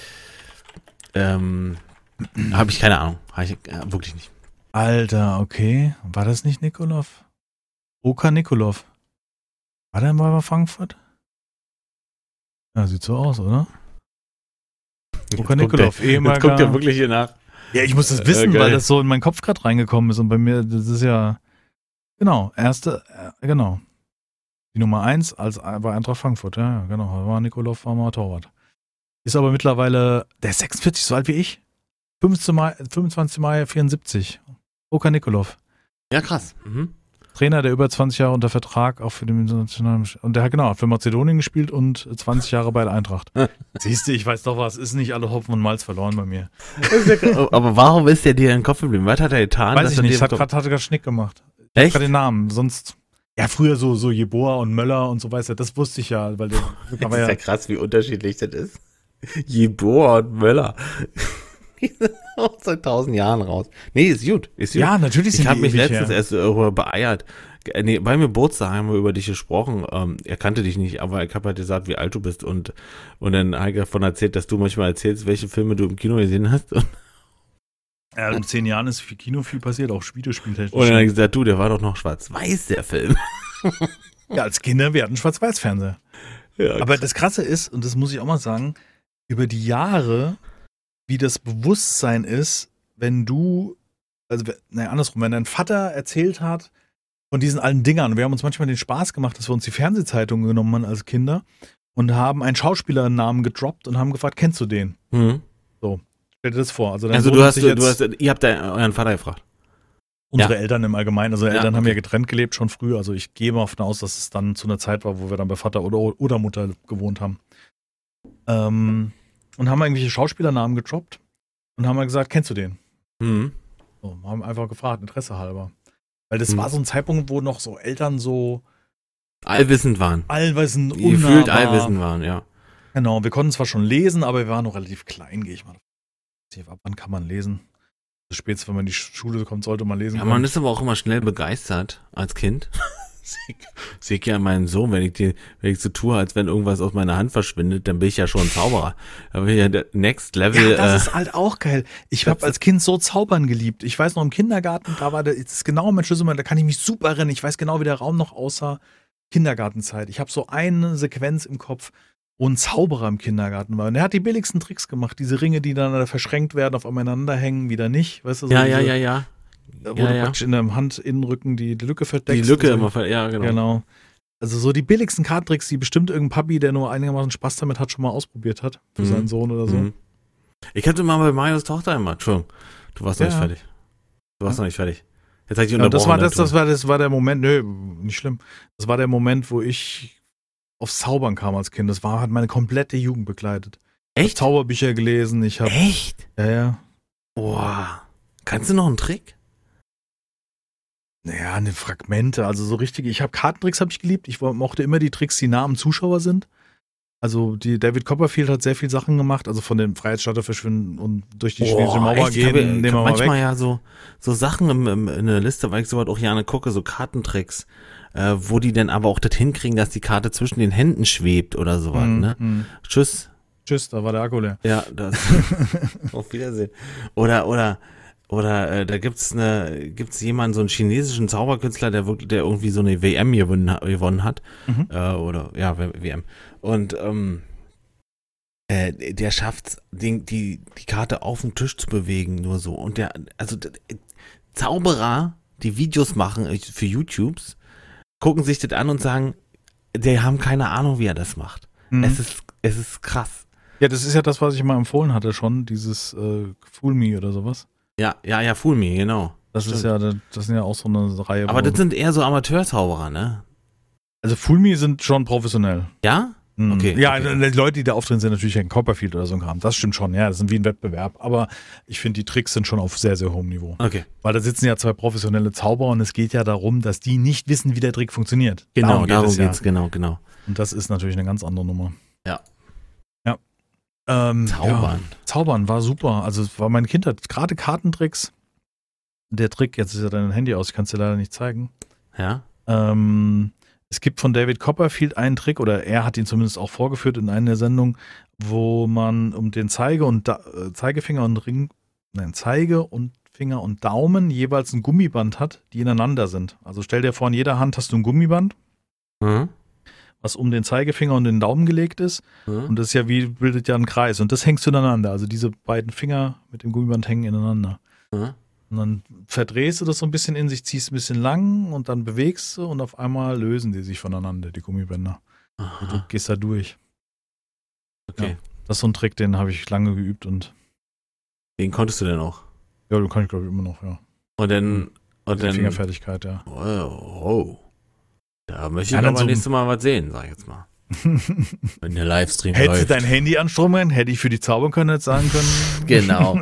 Habe ich keine Ahnung. Habe ich wirklich nicht. Alter, okay. War das nicht Nikolov? Oka Nikolov. War der mal bei Frankfurt? Ja, sieht so aus, oder? Oka Nikolov, Jetzt guckt er wirklich hier nach. Ja, ich muss das wissen, weil das so in meinen Kopf gerade reingekommen ist und bei mir, das ist ja, genau, genau. Die Nummer 1 bei Eintracht Frankfurt, ja, genau, war Nikolov, war mal Torwart. Ist aber mittlerweile, der ist 46, so alt wie ich. 25. Mai 74. Oka Nikolov. Ja, krass. Mhm. Trainer, der über 20 Jahre unter Vertrag auch für den internationalen, und der hat genau für Mazedonien gespielt und 20 Jahre bei der Eintracht. Siehst du, ich weiß doch was, ist nicht alle Hopfen und Malz verloren bei mir. Aber warum ist der dir in den Kopf geblieben? Was hat er getan? Weiß ich nicht, hat gerade Schnick gemacht. Echt? Gerade den Namen, sonst, ja, früher so Jeboa und Möller und so, weißt du, das wusste ich ja, weil der das ist ja krass, wie unterschiedlich das ist. Jeboa und Möller. Auch seit 1000 Jahren raus. Nee, ist gut. Ja, natürlich sind Ich habe die mich ewig letztens her. erst darüber beeiert. Nee, beim Geburtstag haben wir über dich gesprochen. Er kannte dich nicht, aber ich habe halt gesagt, wie alt du bist. Und dann habe ich davon erzählt, dass du manchmal erzählst, welche Filme du im Kino gesehen hast. Und Ja, in 10 Jahren ist viel passiert, auch videospieltechnisch. dann habe ich gesagt, du, der war doch noch schwarz-weiß, der Film. Ja, als Kinder, wir hatten Schwarz-Weiß-Fernseher. Ja, Aber das Krasse ist, und das muss ich auch mal sagen, über die Jahre, wie das Bewusstsein ist, wenn du, also, naja, andersrum, wenn dein Vater erzählt hat von diesen alten Dingern, wir haben uns manchmal den Spaß gemacht, dass wir uns die Fernsehzeitungen genommen haben als Kinder und haben einen Schauspielernamen gedroppt und haben gefragt, kennst du den? Mhm. Stell dir das vor. Also, dein Also Sohn hat sich jetzt ihr habt euren Vater gefragt. unsere Eltern im Allgemeinen, also Eltern okay. haben ja getrennt gelebt schon früh, also ich gehe mal davon aus, dass es dann zu einer Zeit war, wo wir dann bei Vater oder Mutter gewohnt haben. Und haben irgendwelche Schauspielernamen gedroppt und haben gesagt, kennst du den? Mhm. So, haben einfach gefragt, Interesse halber. Weil das war so ein Zeitpunkt, wo noch so Eltern so Allwissend waren. allwissend, Gefühlt unnahbar. allwissend waren, ja. Genau, wir konnten zwar schon lesen, aber wir waren noch relativ klein, gehe ich mal. Ab wann kann man lesen? Spätestens, wenn man in die Schule kommt, sollte man lesen Ja, können. man ist aber auch immer schnell begeistert als Kind. Sehe ich ja meinen Sohn, wenn ich so tue, als wenn irgendwas aus meiner Hand verschwindet, dann bin ich ja schon ein Zauberer. Da bin ich ja der Next Level. Ja, das ist halt auch geil. Ich habe als Kind so Zaubern geliebt. Ich weiß noch, im Kindergarten, da war das ist genau mein Schlüsselmoment, da kann ich mich super erinnern. Ich weiß genau, wie der Raum noch aussah. Kindergartenzeit. Ich habe so eine Sequenz im Kopf, wo ein Zauberer im Kindergarten war. Und er hat die billigsten Tricks gemacht. Diese Ringe, die dann verschränkt werden, auf aneinander hängen, wieder nicht. Weißt du, so ja. Wo du praktisch in der Handinnenrücken die Lücke verdeckst. Die Lücke und so. immer, ja, genau. Genau. Also so die billigsten Kartentricks, die bestimmt irgendein Papi, der nur einigermaßen Spaß damit hat, schon mal ausprobiert hat. Für seinen Sohn oder so. Mhm. Ich hatte mal bei Marios Tochter immer. Entschuldigung, du warst noch Ja. nicht fertig. Du warst noch nicht fertig. Jetzt habe ich dich Ja, unterbrochen. das war der Moment, nö, nicht schlimm. Das war der Moment, wo ich aufs Zaubern kam als Kind. Hat meine komplette Jugend begleitet. Ich Echt? habe Zauberbücher gelesen, Echt? Ja. Boah. Kannst du noch einen Trick? Naja, eine Fragmente, also so richtig. Kartentricks habe ich geliebt. Ich mochte immer die Tricks, die nah am Zuschauer sind. Also David Copperfield hat sehr viel Sachen gemacht, also von dem Freiheitsstatue verschwinden und durch die chinesische Mauer echt? gehen, Ich nehmen wir hab mal manchmal weg. ja so Sachen in der Liste, weil ich sowas auch gerne gucke, so Kartentricks, wo die dann aber auch das hinkriegen, dass die Karte zwischen den Händen schwebt oder sowas, ne? Tschüss. Tschüss, da war der Akku leer. Ja, das. Auf Wiedersehen. Oder da gibt's jemanden, so einen chinesischen Zauberkünstler, der irgendwie so eine WM gewonnen hat. Mhm. WM. Und der schafft die Karte auf dem Tisch zu bewegen, nur so. Und Zauberer, die Videos machen für YouTubes, gucken sich das an und sagen, die haben keine Ahnung, wie er das macht. Es ist krass. Ja, das ist ja das, was ich mal empfohlen hatte schon, dieses Fool Me oder sowas. Ja, Fool Me, genau. Das ist ja, das sind ja auch so eine Reihe. Aber das sind eher so Amateurzauberer, ne? Also Fool Me sind schon professionell. Ja? Okay. Ja, okay. Die Leute, die da auftreten, sind natürlich ein Copperfield oder so ein Kram. Das stimmt schon, ja, das sind wie ein Wettbewerb. Aber ich finde, die Tricks sind schon auf sehr, sehr hohem Niveau. Okay. Weil da sitzen ja zwei professionelle Zauberer und es geht ja darum, dass die nicht wissen, wie der Trick funktioniert. Genau, darum geht's, genau. Und das ist natürlich eine ganz andere Nummer. Ja. Ja. Zaubern. Ja, Zaubern war super. Also es war meine Kindheit, gerade Kartentricks. Der Trick, jetzt ist ja dein Handy aus, ich kann es dir leider nicht zeigen. Ja. Es gibt von David Copperfield einen Trick, oder er hat ihn zumindest auch vorgeführt in einer Sendung, wo man um den Zeige und Zeige und Finger und Daumen jeweils ein Gummiband hat, die ineinander sind. Also stell dir vor, in jeder Hand hast du ein Gummiband, was um den Zeigefinger und den Daumen gelegt ist. Und das ist ja bildet ja einen Kreis. Und das hängst du ineinander. Also diese beiden Finger mit dem Gummiband hängen ineinander. Und dann verdrehst du das so ein bisschen in sich, ziehst ein bisschen lang und dann bewegst du und auf einmal lösen die sich voneinander, die Gummibänder. Und du gehst da durch. Okay. Ja, das ist so ein Trick, den habe ich lange geübt und. Den konntest du denn auch? Ja, den kann ich glaube ich immer noch, ja. Und dann. Fingerfertigkeit, ja. Wow. Da möchte ich aber nächstes Mal was sehen, sag ich jetzt mal. Wenn der Livestream läuft. Hättest du dein Handy anstrommen, hätte ich für die Zaubern jetzt sagen können. Genau.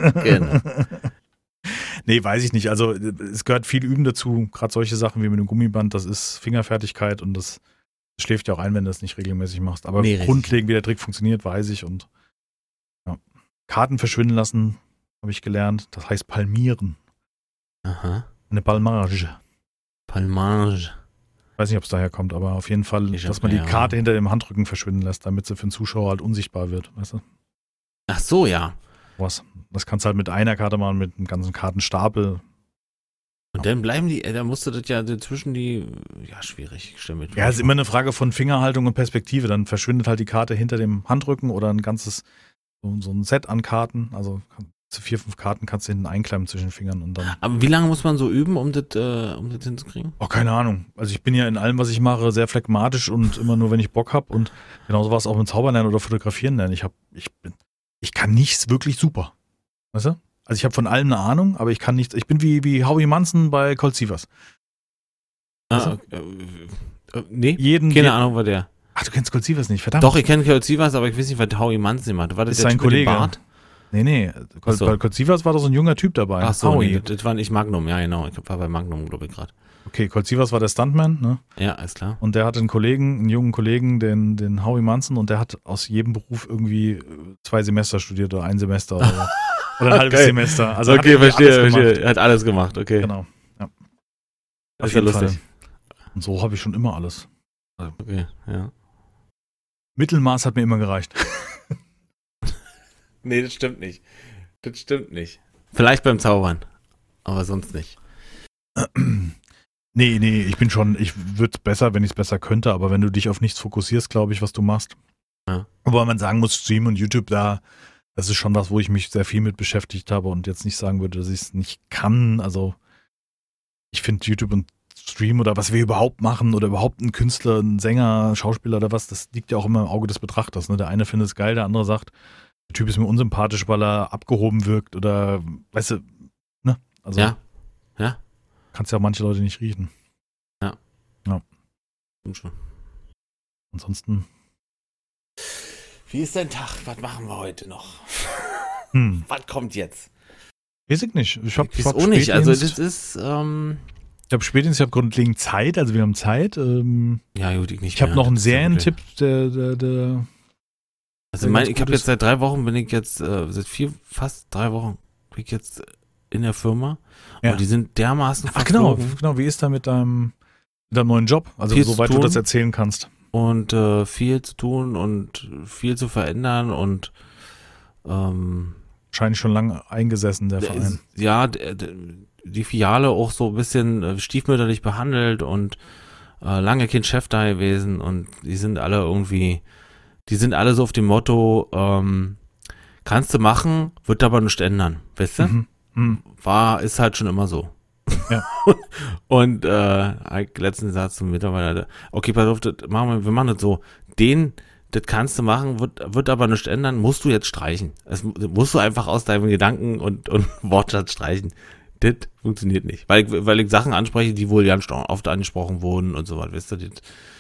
Nee, weiß ich nicht. Also es gehört viel Üben dazu, gerade solche Sachen wie mit dem Gummiband, das ist Fingerfertigkeit und das schläft ja auch ein, wenn du das nicht regelmäßig machst. Aber grundlegend, wie der Trick funktioniert, weiß ich. Und ja. Karten verschwinden lassen, habe ich gelernt. Das heißt palmieren. Aha. Eine Palmage. Palmage. Ich weiß nicht, ob es daher kommt, aber auf jeden Fall, dass man die Karte hinter dem Handrücken verschwinden lässt, damit sie für den Zuschauer halt unsichtbar wird, weißt du? Ach so, ja. Das kannst du halt mit einer Karte machen, mit einem ganzen Kartenstapel. Und dann bleiben die, da musst du das ja zwischen die, ja, schwierig. Ja, es ist immer eine Frage von Fingerhaltung und Perspektive. Dann verschwindet halt die Karte hinter dem Handrücken oder ein ganzes, so ein Set an Karten. Also zu 4, 5 Karten kannst du hinten einklemmen zwischen den Fingern und dann. Aber wie lange muss man so üben, um das hinzukriegen? Oh, keine Ahnung. Also ich bin ja in allem, was ich mache, sehr phlegmatisch und immer nur, wenn ich Bock habe. Und genauso war es auch mit Zaubern lernen oder Fotografieren lernen. Ich kann nichts wirklich super. Weißt du? Also ich habe von allem eine Ahnung, aber ich kann nichts. Ich bin wie Howie Manson bei Colt Sievers. Nee, keine Ahnung, war der. Ach, du kennst Colt Sievers nicht, verdammt. Doch, ich kenne Colt Sievers, aber ich weiß nicht, was Howie Manson macht. War das ist sein Kollege. Bart? Nee. Bei Colt Sievers war da so ein junger Typ dabei. Ach so, nee, das war nicht Magnum, ja genau. Ich war bei Magnum, glaube ich, gerade. Okay, Colt Sievers war der Stuntman, ne? Ja, ist klar. Und der hatte einen jungen Kollegen, den Howie Manson, und der hat aus jedem Beruf irgendwie 2 Semester studiert oder 1 Semester oder ein halbes Semester. Also okay, verstehe. Hat alles gemacht, okay. Genau. Ja. Das ist ja lustig. Fall. Und so habe ich schon immer alles. Also, okay, ja. Mittelmaß hat mir immer gereicht. Nee, das stimmt nicht. Vielleicht beim Zaubern, aber sonst nicht. Nee, ich würde es besser, wenn ich es besser könnte, aber wenn du dich auf nichts fokussierst, glaube ich, was du machst. Ja. Wobei man sagen muss, Stream und YouTube, das ist schon was, wo ich mich sehr viel mit beschäftigt habe und jetzt nicht sagen würde, dass ich es nicht kann. Also ich finde YouTube und Stream oder was wir überhaupt machen oder überhaupt ein Künstler, ein Sänger, Schauspieler oder was, das liegt ja auch immer im Auge des Betrachters. Ne? Der eine findet es geil, der andere sagt, der Typ ist mir unsympathisch, weil er abgehoben wirkt oder, weißt du, ne? Also, ja. Kannst ja auch manche Leute nicht riechen. Ja. Stimmt schon. Ansonsten. Wie ist dein Tag? Was machen wir heute noch? Was kommt jetzt? Weiß ich nicht. Ich weiß auch nicht. Also das ist, ich habe Spätdienst, ich habe grundlegend Zeit, also wir haben Zeit. Ja, gut, ich habe noch einen Serientipp, der also ich habe jetzt seit 3 Wochen fast 3 Wochen bin ich jetzt in der Firma. Ja. Und die sind dermaßen verflogen. Ach genau. Wie ist da mit deinem neuen Job? Also soweit du das erzählen kannst. Und viel zu tun und viel zu verändern und wahrscheinlich schon lange eingesessen, der Verein. Ja, die Filiale auch so ein bisschen stiefmütterlich behandelt und lange kein Chef da gewesen und die sind alle so auf dem Motto, kannst du machen, wird aber nicht ändern, weißt du? Mhm. Ist halt schon immer so. Ja. Und letzten Satz zum Mitarbeiter, okay, pass auf, wir machen das so, das kannst du machen, wird aber nichts ändern, musst du jetzt streichen. Das musst du einfach aus deinem Gedanken und Wortschatz streichen. Das funktioniert nicht. Weil ich Sachen anspreche, die wohl ganz oft angesprochen wurden und so was, weißt du,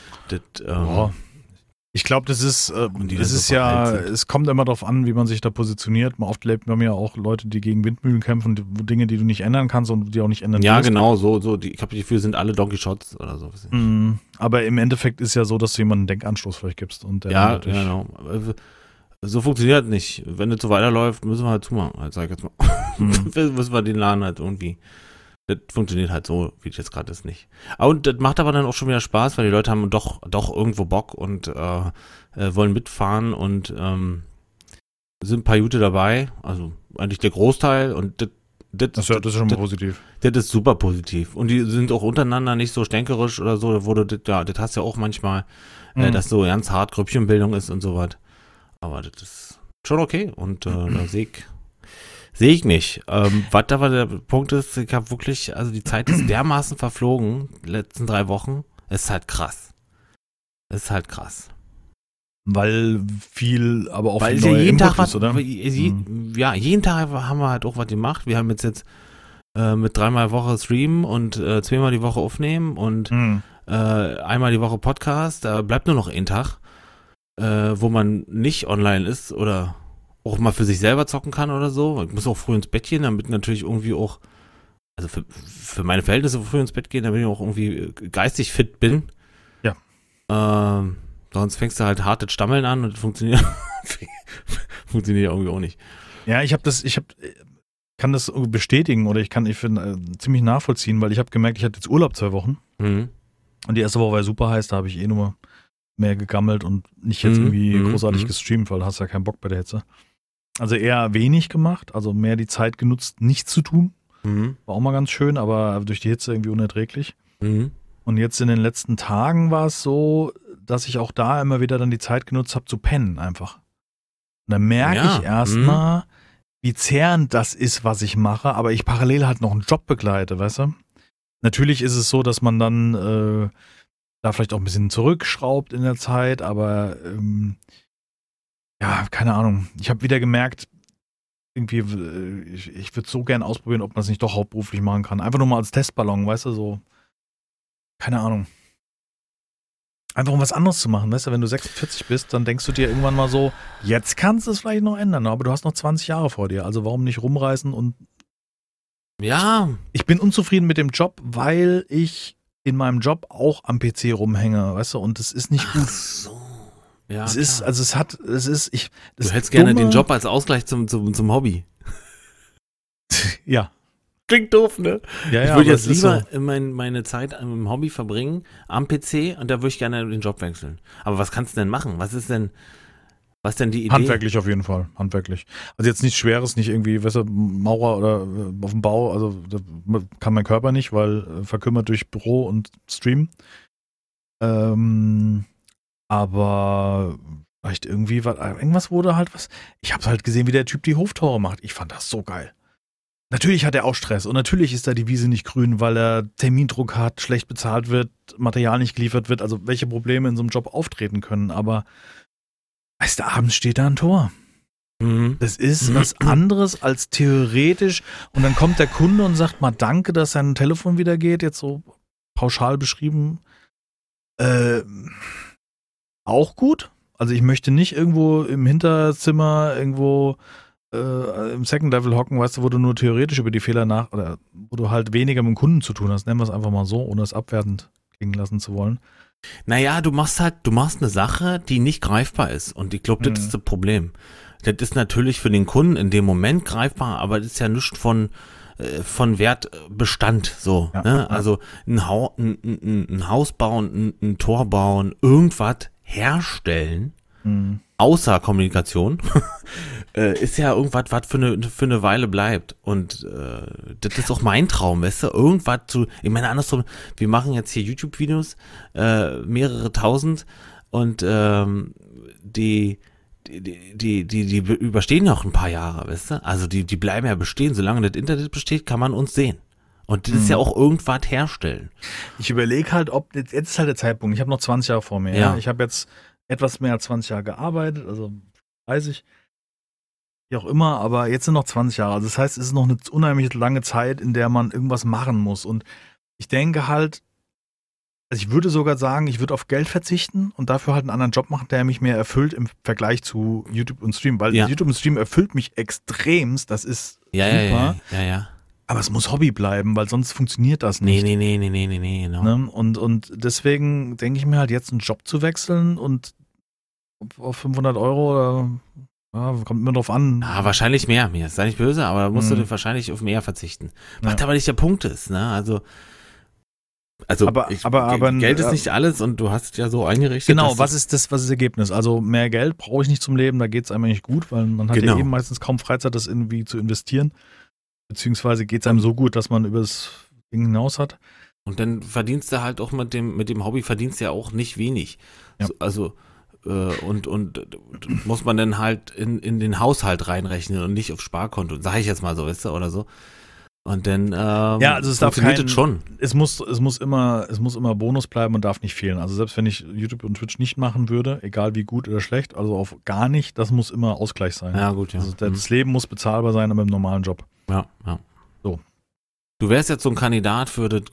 ich glaube, das ist so ja, verheizt sind. es kommt immer darauf an, wie man sich da positioniert. Oft lebt man ja auch Leute, die gegen Windmühlen kämpfen, Dinge, die du nicht ändern kannst und die auch nicht ändern Ja, willst. genau, so, ich habe das Gefühl, sind alle Donkey Shots oder so. Aber im Endeffekt ist ja so, dass du jemanden einen Denkanstoß vielleicht gibst. Und der Ja, dann genau. So funktioniert nicht. Wenn das so weiterläuft, müssen wir halt zumachen. Halt, sag ich jetzt mal. Müssen wir den Laden halt irgendwie. Das funktioniert halt so, wie das jetzt gerade ist, nicht. Und das macht aber dann auch schon wieder Spaß, weil die Leute haben doch irgendwo Bock und wollen mitfahren und sind ein paar Jute dabei. Also eigentlich der Großteil und Das ist schon mal positiv. das ist super positiv. Und die sind auch untereinander nicht so stänkerisch oder so. Das hast du ja auch manchmal, dass so ganz hart Grüppchenbildung ist und so was. Aber das ist schon okay. Und da sehe ich mich. Was aber der Punkt ist, ich habe wirklich, also die Zeit ist dermaßen verflogen, die letzten 3 Wochen. Es ist halt krass. Weil viel, aber auch Weil viel neuer jeden Input Tag was, ist, oder? Ja, jeden Tag haben wir halt auch was gemacht. Wir haben jetzt mit 3-mal die Woche streamen und 2-mal die Woche aufnehmen und einmal die Woche Podcast. Da bleibt nur noch ein Tag, wo man nicht online ist oder auch mal für sich selber zocken kann oder so. Ich muss auch früh ins Bett gehen, damit natürlich irgendwie auch, also für meine Verhältnisse früh ins Bett gehen, damit ich auch irgendwie geistig fit bin. Ja. Sonst fängst du halt hart das Stammeln an und funktioniert irgendwie auch nicht. Ja, kann das bestätigen oder ich finde ziemlich nachvollziehen, weil ich habe gemerkt, ich hatte jetzt Urlaub 2 Wochen und die erste Woche war super heiß, da habe ich nur mehr gegammelt und nicht jetzt irgendwie großartig gestreamt, weil du hast ja keinen Bock bei der Hitze. Also eher wenig gemacht, also mehr die Zeit genutzt, nichts zu tun. War auch mal ganz schön, aber durch die Hitze irgendwie unerträglich. Und jetzt in den letzten Tagen war es so, dass ich auch da immer wieder dann die Zeit genutzt habe zu pennen einfach. Und dann merke ich erstmal, wie zehrend das ist, was ich mache, aber ich parallel halt noch einen Job begleite, weißt du? Natürlich ist es so, dass man dann da vielleicht auch ein bisschen zurückschraubt in der Zeit, aber ja, keine Ahnung. Ich habe wieder gemerkt, irgendwie, ich würde so gern ausprobieren, ob man es nicht doch hauptberuflich machen kann. Einfach nur mal als Testballon, weißt du, so. Keine Ahnung. Einfach um was anderes zu machen, weißt du, wenn du 46 bist, dann denkst du dir irgendwann mal so, jetzt kannst du es vielleicht noch ändern, aber du hast noch 20 Jahre vor dir, also warum nicht rumreißen und ja. Ich bin unzufrieden mit dem Job, weil ich in meinem Job auch am PC rumhänge, weißt du, und das ist nicht gut. Ach so. Ja, du hättest gerne den Job als Ausgleich zum Hobby. Ja. Klingt doof, ne? Ja, ich würde jetzt lieber meine Zeit im Hobby verbringen, am PC, und da würde ich gerne den Job wechseln. Aber was kannst du denn machen? Was ist denn die Idee? Handwerklich auf jeden Fall, handwerklich. Also jetzt nichts Schweres, nicht irgendwie, weißt du, Maurer oder auf dem Bau, also das kann mein Körper nicht, weil verkümmert durch Büro und Stream. Aber vielleicht irgendwie, irgendwas wurde halt was. Ich habe halt gesehen, wie der Typ die Hoftore macht. Ich fand das so geil. Natürlich hat er auch Stress und natürlich ist da die Wiese nicht grün, weil er Termindruck hat, schlecht bezahlt wird, Material nicht geliefert wird, also welche Probleme in so einem Job auftreten können. Aber weißt du, abends steht da ein Tor. Das ist was anderes als theoretisch. Und dann kommt der Kunde und sagt mal Danke, dass sein Telefon wieder geht, jetzt so pauschal beschrieben. Auch gut. Also ich möchte nicht irgendwo im Hinterzimmer irgendwo im Second Level hocken, weißt du, wo du nur theoretisch über die Fehler oder wo du halt weniger mit dem Kunden zu tun hast. Nennen wir es einfach mal so, ohne es abwertend klingen lassen zu wollen. Naja, du machst eine Sache, die nicht greifbar ist. Und ich glaube, das ist das Problem. Das ist natürlich für den Kunden in dem Moment greifbar, aber das ist ja nichts von Wertbestand, so. Ja, ne? ja. Also ein Haus bauen, ein Tor bauen, irgendwas herstellen, außer Kommunikation, ist ja irgendwas, was für eine Weile bleibt. Und das ist auch mein Traum, weißt du, irgendwas ich meine andersrum, wir machen jetzt hier YouTube-Videos, mehrere tausend, und die überstehen ja auch ein paar Jahre, weißt du? Also die bleiben ja bestehen. Solange das Internet besteht, kann man uns sehen. Und das ist ja auch irgendwas herstellen. Ich überlege halt, ob, jetzt ist halt der Zeitpunkt, ich habe noch 20 Jahre vor mir. Ja. Ich habe jetzt etwas mehr als 20 Jahre gearbeitet, also 30, wie auch immer, aber jetzt sind noch 20 Jahre. Also das heißt, es ist noch eine unheimlich lange Zeit, in der man irgendwas machen muss. Und ich denke halt, also ich würde sogar sagen, ich würde auf Geld verzichten und dafür halt einen anderen Job machen, der mich mehr erfüllt im Vergleich zu YouTube und Stream. Weil YouTube und Stream erfüllt mich extremst, das ist super. Ja. Aber es muss Hobby bleiben, weil sonst funktioniert das nicht. Nee, genau. Ne? Und deswegen denke ich mir halt jetzt einen Job zu wechseln und auf 500 Euro, kommt immer drauf an. Wahrscheinlich mehr. Mir ist da nicht böse, aber da musst du wahrscheinlich auf mehr verzichten. Was aber nicht der Punkt ist, ne? Also Geld ist nicht alles und du hast es ja so eingerichtet. Genau, was ist das Ergebnis? Also mehr Geld brauche ich nicht zum Leben, da geht es einem nicht gut, weil man hat ja eben meistens kaum Freizeit, das irgendwie zu investieren. Beziehungsweise geht es einem so gut, dass man über das Ding hinaus hat. Und dann verdienst du halt auch mit dem Hobby verdienst du ja auch nicht wenig. Ja. Und muss man dann halt in den Haushalt reinrechnen und nicht auf Sparkonto, sag ich jetzt mal so, weißt du, oder so. Und dann also es darf schon. Es muss immer Bonus bleiben und darf nicht fehlen. Also selbst wenn ich YouTube und Twitch nicht machen würde, egal wie gut oder schlecht, also auf gar nicht, das muss immer Ausgleich sein. Ja, gut, ja. Also das Leben muss bezahlbar sein, aber im normalen Job. Ja. So. Du wärst jetzt so ein Kandidat für das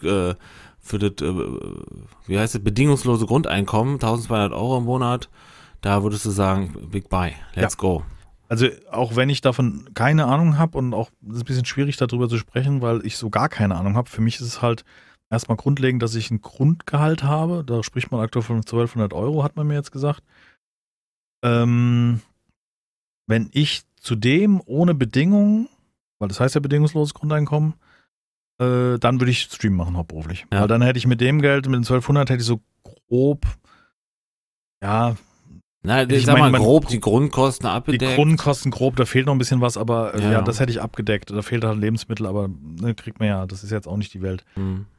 wie heißt es, bedingungslose Grundeinkommen, 1.200 Euro im Monat, da würdest du sagen, big bye, let's go. Also auch wenn ich davon keine Ahnung habe und auch es ist ein bisschen schwierig darüber zu sprechen, weil ich so gar keine Ahnung habe. Für mich ist es halt erstmal grundlegend, dass ich ein Grundgehalt habe. Da spricht man aktuell von 1.200 Euro, hat man mir jetzt gesagt. Wenn ich zudem ohne Bedingungen, weil das heißt ja bedingungsloses Grundeinkommen, dann würde ich Stream machen hauptberuflich. Ja. Weil dann hätte ich mit dem Geld, mit den 1.200 hätte ich so grob, ich sag mal grob die Grundkosten abgedeckt. Die Grundkosten grob, da fehlt noch ein bisschen was, aber das hätte ich abgedeckt. Da fehlt halt Lebensmittel, aber kriegt man ja, das ist jetzt auch nicht die Welt.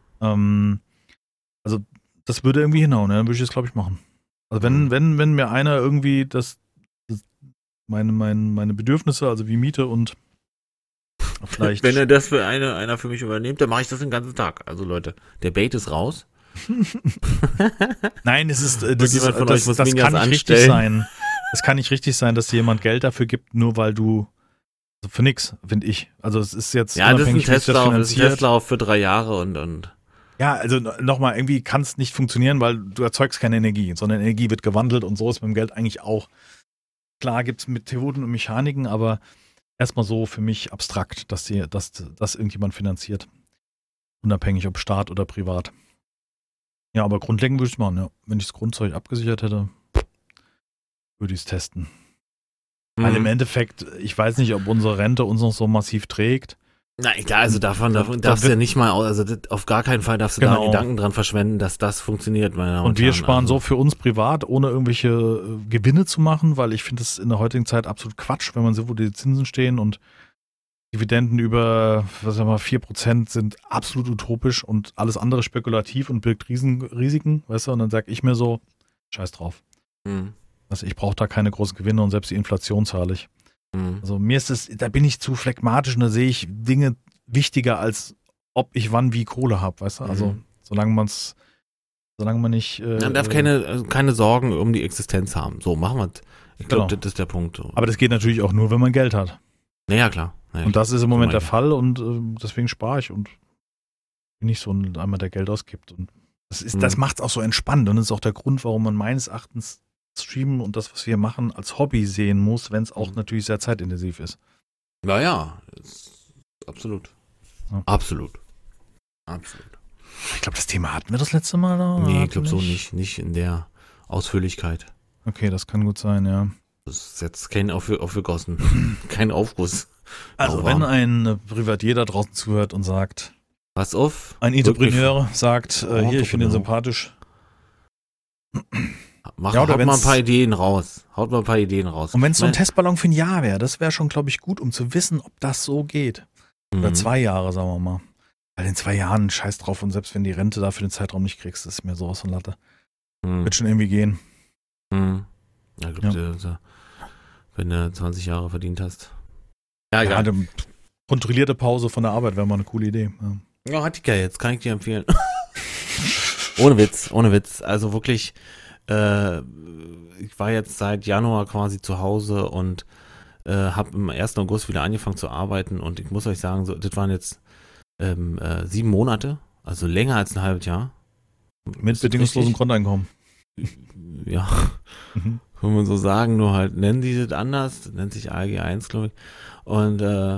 Also das würde irgendwie hinhauen, dann würde ich das, glaube ich, machen. Also wenn mir einer irgendwie meine Bedürfnisse, also wie Miete und vielleicht. Wenn er das für einer für mich übernimmt, dann mache ich das den ganzen Tag. Also Leute, der Bait ist raus. Nein, das kann nicht richtig sein. Es kann nicht richtig sein, dass dir jemand Geld dafür gibt, nur weil du für nix, finde ich. Also es ist jetzt unabhängig, das ist ein Testlauf für 3 Jahre und ja, also nochmal, irgendwie kann es nicht funktionieren, weil du erzeugst keine Energie, sondern Energie wird gewandelt und so ist mit dem Geld eigentlich auch. Klar gibt es Methoden und Mechaniken, aber erstmal so für mich abstrakt, dass das irgendjemand finanziert. Unabhängig ob Staat oder privat. Ja, aber grundlegend würde ich es machen, ja. Wenn ich das Grundzeug abgesichert hätte, würde ich es testen. Weil im Endeffekt, ich weiß nicht, ob unsere Rente uns noch so massiv trägt. Na klar, also davon darfst du ja nicht mal, also auf gar keinen Fall darfst du da Gedanken dran verschwenden, dass das funktioniert. Und wir sparen so für uns privat, ohne irgendwelche Gewinne zu machen, weil ich finde es in der heutigen Zeit absolut Quatsch, wenn man sieht, wo die Zinsen stehen und Dividenden über, 4% sind absolut utopisch und alles andere spekulativ und birgt Risiken, weißt du, und dann sage ich mir so, scheiß drauf. Also ich brauche da keine großen Gewinne und selbst die Inflation zahle ich. Also mir ist es, da bin ich zu phlegmatisch und da sehe ich Dinge wichtiger, als ob ich wann wie Kohle habe, weißt du, also solange man nicht man darf keine Sorgen um die Existenz haben. So, machen wir es. Ich glaube, das ist der Punkt. So. Aber das geht natürlich auch nur, wenn man Geld hat. Naja, klar. Und das ist im Moment der Fall und deswegen spare ich und bin nicht so einmal, der Geld ausgibt. Und das macht es auch so entspannt und das ist auch der Grund, warum man meines Erachtens Streamen und das, was wir machen, als Hobby sehen muss, wenn es auch natürlich sehr zeitintensiv ist. Naja, absolut. Ja. Absolut. Ich glaube, das Thema hatten wir das letzte Mal da? Nee, ich glaube so nicht in der Ausführlichkeit. Okay, das kann gut sein, ja. Das ist jetzt kein aufgegossen, kein Aufguss. Also wenn ein Privatier da draußen zuhört und sagt, pass auf, ein Entrepreneur sagt, hier, ich finde ihn sympathisch. Haut mal ein paar Ideen raus. Und wenn es so ein Testballon für ein Jahr wäre, das wäre schon, glaube ich, gut, um zu wissen, ob das so geht. Oder 2 Jahre, sagen wir mal. Weil in 2 Jahren scheiß drauf und selbst wenn die Rente da für den Zeitraum nicht kriegst, ist mir sowas von Latte. Wird schon irgendwie gehen. Ja, ich glaube, wenn du 20 Jahre verdient hast. Ja, eine kontrollierte Pause von der Arbeit wäre mal eine coole Idee. Ja, hatte ich ja jetzt, kann ich dir empfehlen. Ohne Witz. Also wirklich, ich war jetzt seit Januar quasi zu Hause und habe im 1. August wieder angefangen zu arbeiten und ich muss euch sagen, so, das waren jetzt 7 Monate, also länger als ein halbes Jahr. Mit bedingungslosem Grundeinkommen. Ja, kann man so sagen, nur halt nennen die das anders, das nennt sich ALG 1, glaube ich. Und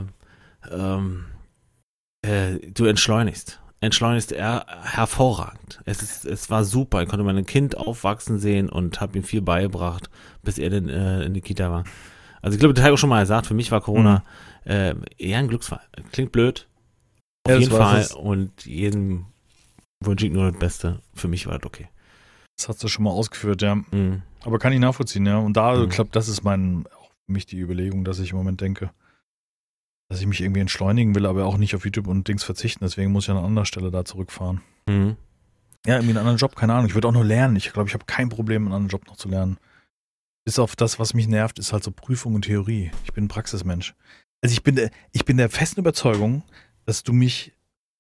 du entschleunigst hervorragend. Es war super, ich konnte mein Kind aufwachsen sehen und habe ihm viel beigebracht, bis er dann in die Kita war. Also ich glaube, das habe ich auch schon mal gesagt, für mich war Corona eher ein Glücksfall. Klingt blöd, auf jeden Fall, und jedem wünsche ich nur das Beste. Für mich war das okay. Das hast du schon mal ausgeführt, ja. Aber kann ich nachvollziehen, ja. Und da, ich glaube, das ist auch für mich die Überlegung, dass ich im Moment denke, dass ich mich irgendwie entschleunigen will, aber auch nicht auf YouTube und Dings verzichten. Deswegen muss ich an einer anderen Stelle da zurückfahren. Ja, irgendwie einen anderen Job, keine Ahnung. Ich würde auch nur lernen. Ich glaube, ich habe kein Problem, einen anderen Job noch zu lernen. Bis auf das, was mich nervt, ist halt so Prüfung und Theorie. Ich bin ein Praxismensch. Also ich bin der festen Überzeugung, dass du mich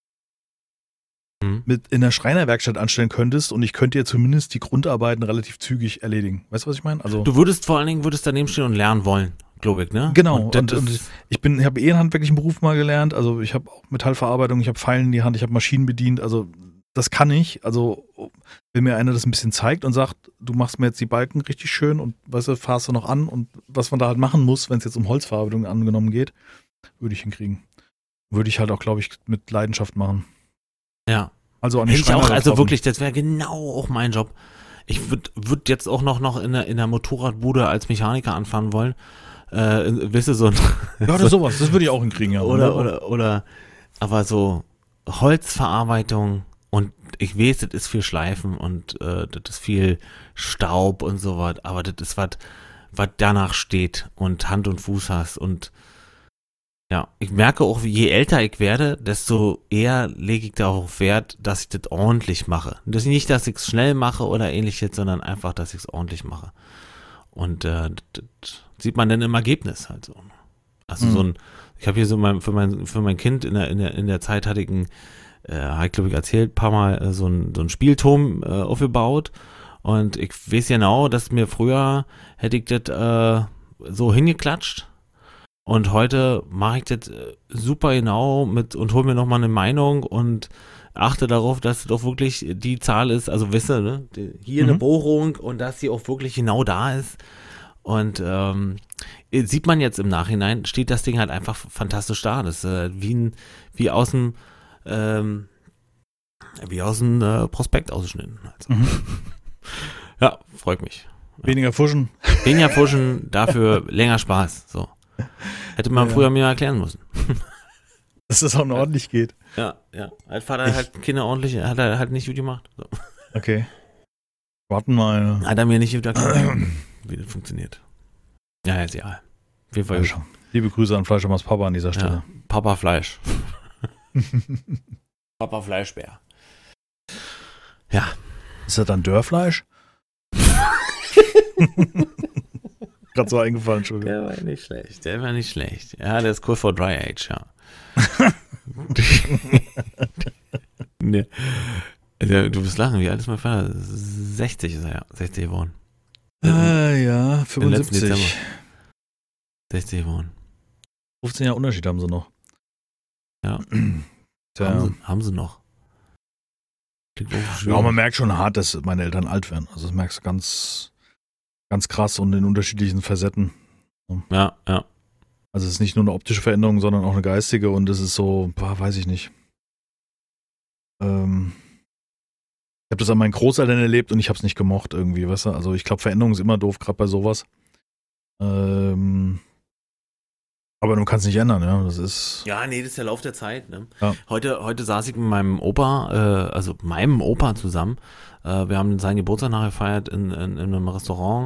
mit in der Schreinerwerkstatt anstellen könntest und ich könnte dir zumindest die Grundarbeiten relativ zügig erledigen. Weißt du, was ich meine? Also, du würdest daneben stehen und lernen wollen, glaube ich, ne? Genau. Und ich habe einen handwerklichen Beruf mal gelernt. Also ich habe auch Metallverarbeitung, ich habe Pfeilen in die Hand, ich habe Maschinen bedient. Also das kann ich. Also wenn mir einer das ein bisschen zeigt und sagt, du machst mir jetzt die Balken richtig schön und weißt du, fahrst du noch an und was man da halt machen muss, wenn es jetzt um Holzverarbeitung angenommen geht, würde ich hinkriegen. Würde ich halt auch, glaube ich, mit Leidenschaft machen. Ja. Also an die Hätte ich auch, also wirklich, das wäre genau auch mein Job. Ich würde jetzt auch noch in der Motorradbude als Mechaniker anfangen wollen. Weißt du, so ein... Ja, oder sowas, das würde ich auch hinkriegen, ja. Oder, aber so Holzverarbeitung und ich weiß, das ist viel Schleifen und das ist viel Staub und sowas, aber das ist was danach steht und Hand und Fuß hast und ja, ich merke auch, je älter ich werde, desto eher lege ich darauf Wert, dass ich das ordentlich mache. Das ist nicht, dass ich es schnell mache oder ähnliches, sondern einfach, dass ich es ordentlich mache. Und das sieht man dann im Ergebnis halt so. Also ich habe hier so für mein Kind in der Zeit hatte ich habe ich glaube ich erzählt, ein paar Mal so ein Spielturm aufgebaut und ich weiß genau, dass mir früher hätte ich das so hingeklatscht. Und heute mache ich das super genau und hole mir nochmal eine Meinung und achte darauf, dass es doch wirklich die Zahl ist, also wisse, ne, hier eine Bohrung und dass sie auch wirklich genau da ist. Und sieht man jetzt im Nachhinein, steht das Ding halt einfach fantastisch da. Das ist wie aus dem Prospekt ausgeschnitten. Also. Ja, freut mich. Weniger Fuschen. Weniger Fuschen, dafür länger Spaß. So. Hätte man früher mir erklären müssen. Dass das auch noch ordentlich geht. Ja. Als Vater hat keine ordentliche, hat er halt nicht gut gemacht. So. Okay. Warten mal. Hat er mir nicht gut erklärt, wie das funktioniert. Ja, ist ja. Auf jeden Fall. Ja, liebe Grüße an Fleischermanns Papa an dieser Stelle. Ja, Papa Fleisch. Papa Fleischbär. Ja. Ist das dann Dörrfleisch? Gerade so eingefallen, Entschuldigung. Der war nicht schlecht. Ja, der ist kurz vor Dry Age, ja. Nee. Du wirst lachen, wie alt ist mein Vater? 60 ist er, ja. 60 geworden. Ja, 75. 60 geworden. 15 Jahre Unterschied haben sie noch. Ja. Haben sie noch. Ja, man merkt schon hart, dass meine Eltern alt werden. Also das merkst du ganz krass und in unterschiedlichen Facetten. Ja. Also es ist nicht nur eine optische Veränderung, sondern auch eine geistige und es ist so, weiß ich nicht. Ich habe das an meinen Großeltern erlebt und ich habe es nicht gemocht irgendwie, weißt du? Also ich glaube, Veränderung ist immer doof, gerade bei sowas. Aber du kannst nicht ändern, ja. Das ist. Ja, nee, das ist der Lauf der Zeit, ne? Ja. Heute saß ich mit meinem Opa, meinem Opa zusammen. Wir haben seinen Geburtstag nachgefeiert in einem Restaurant.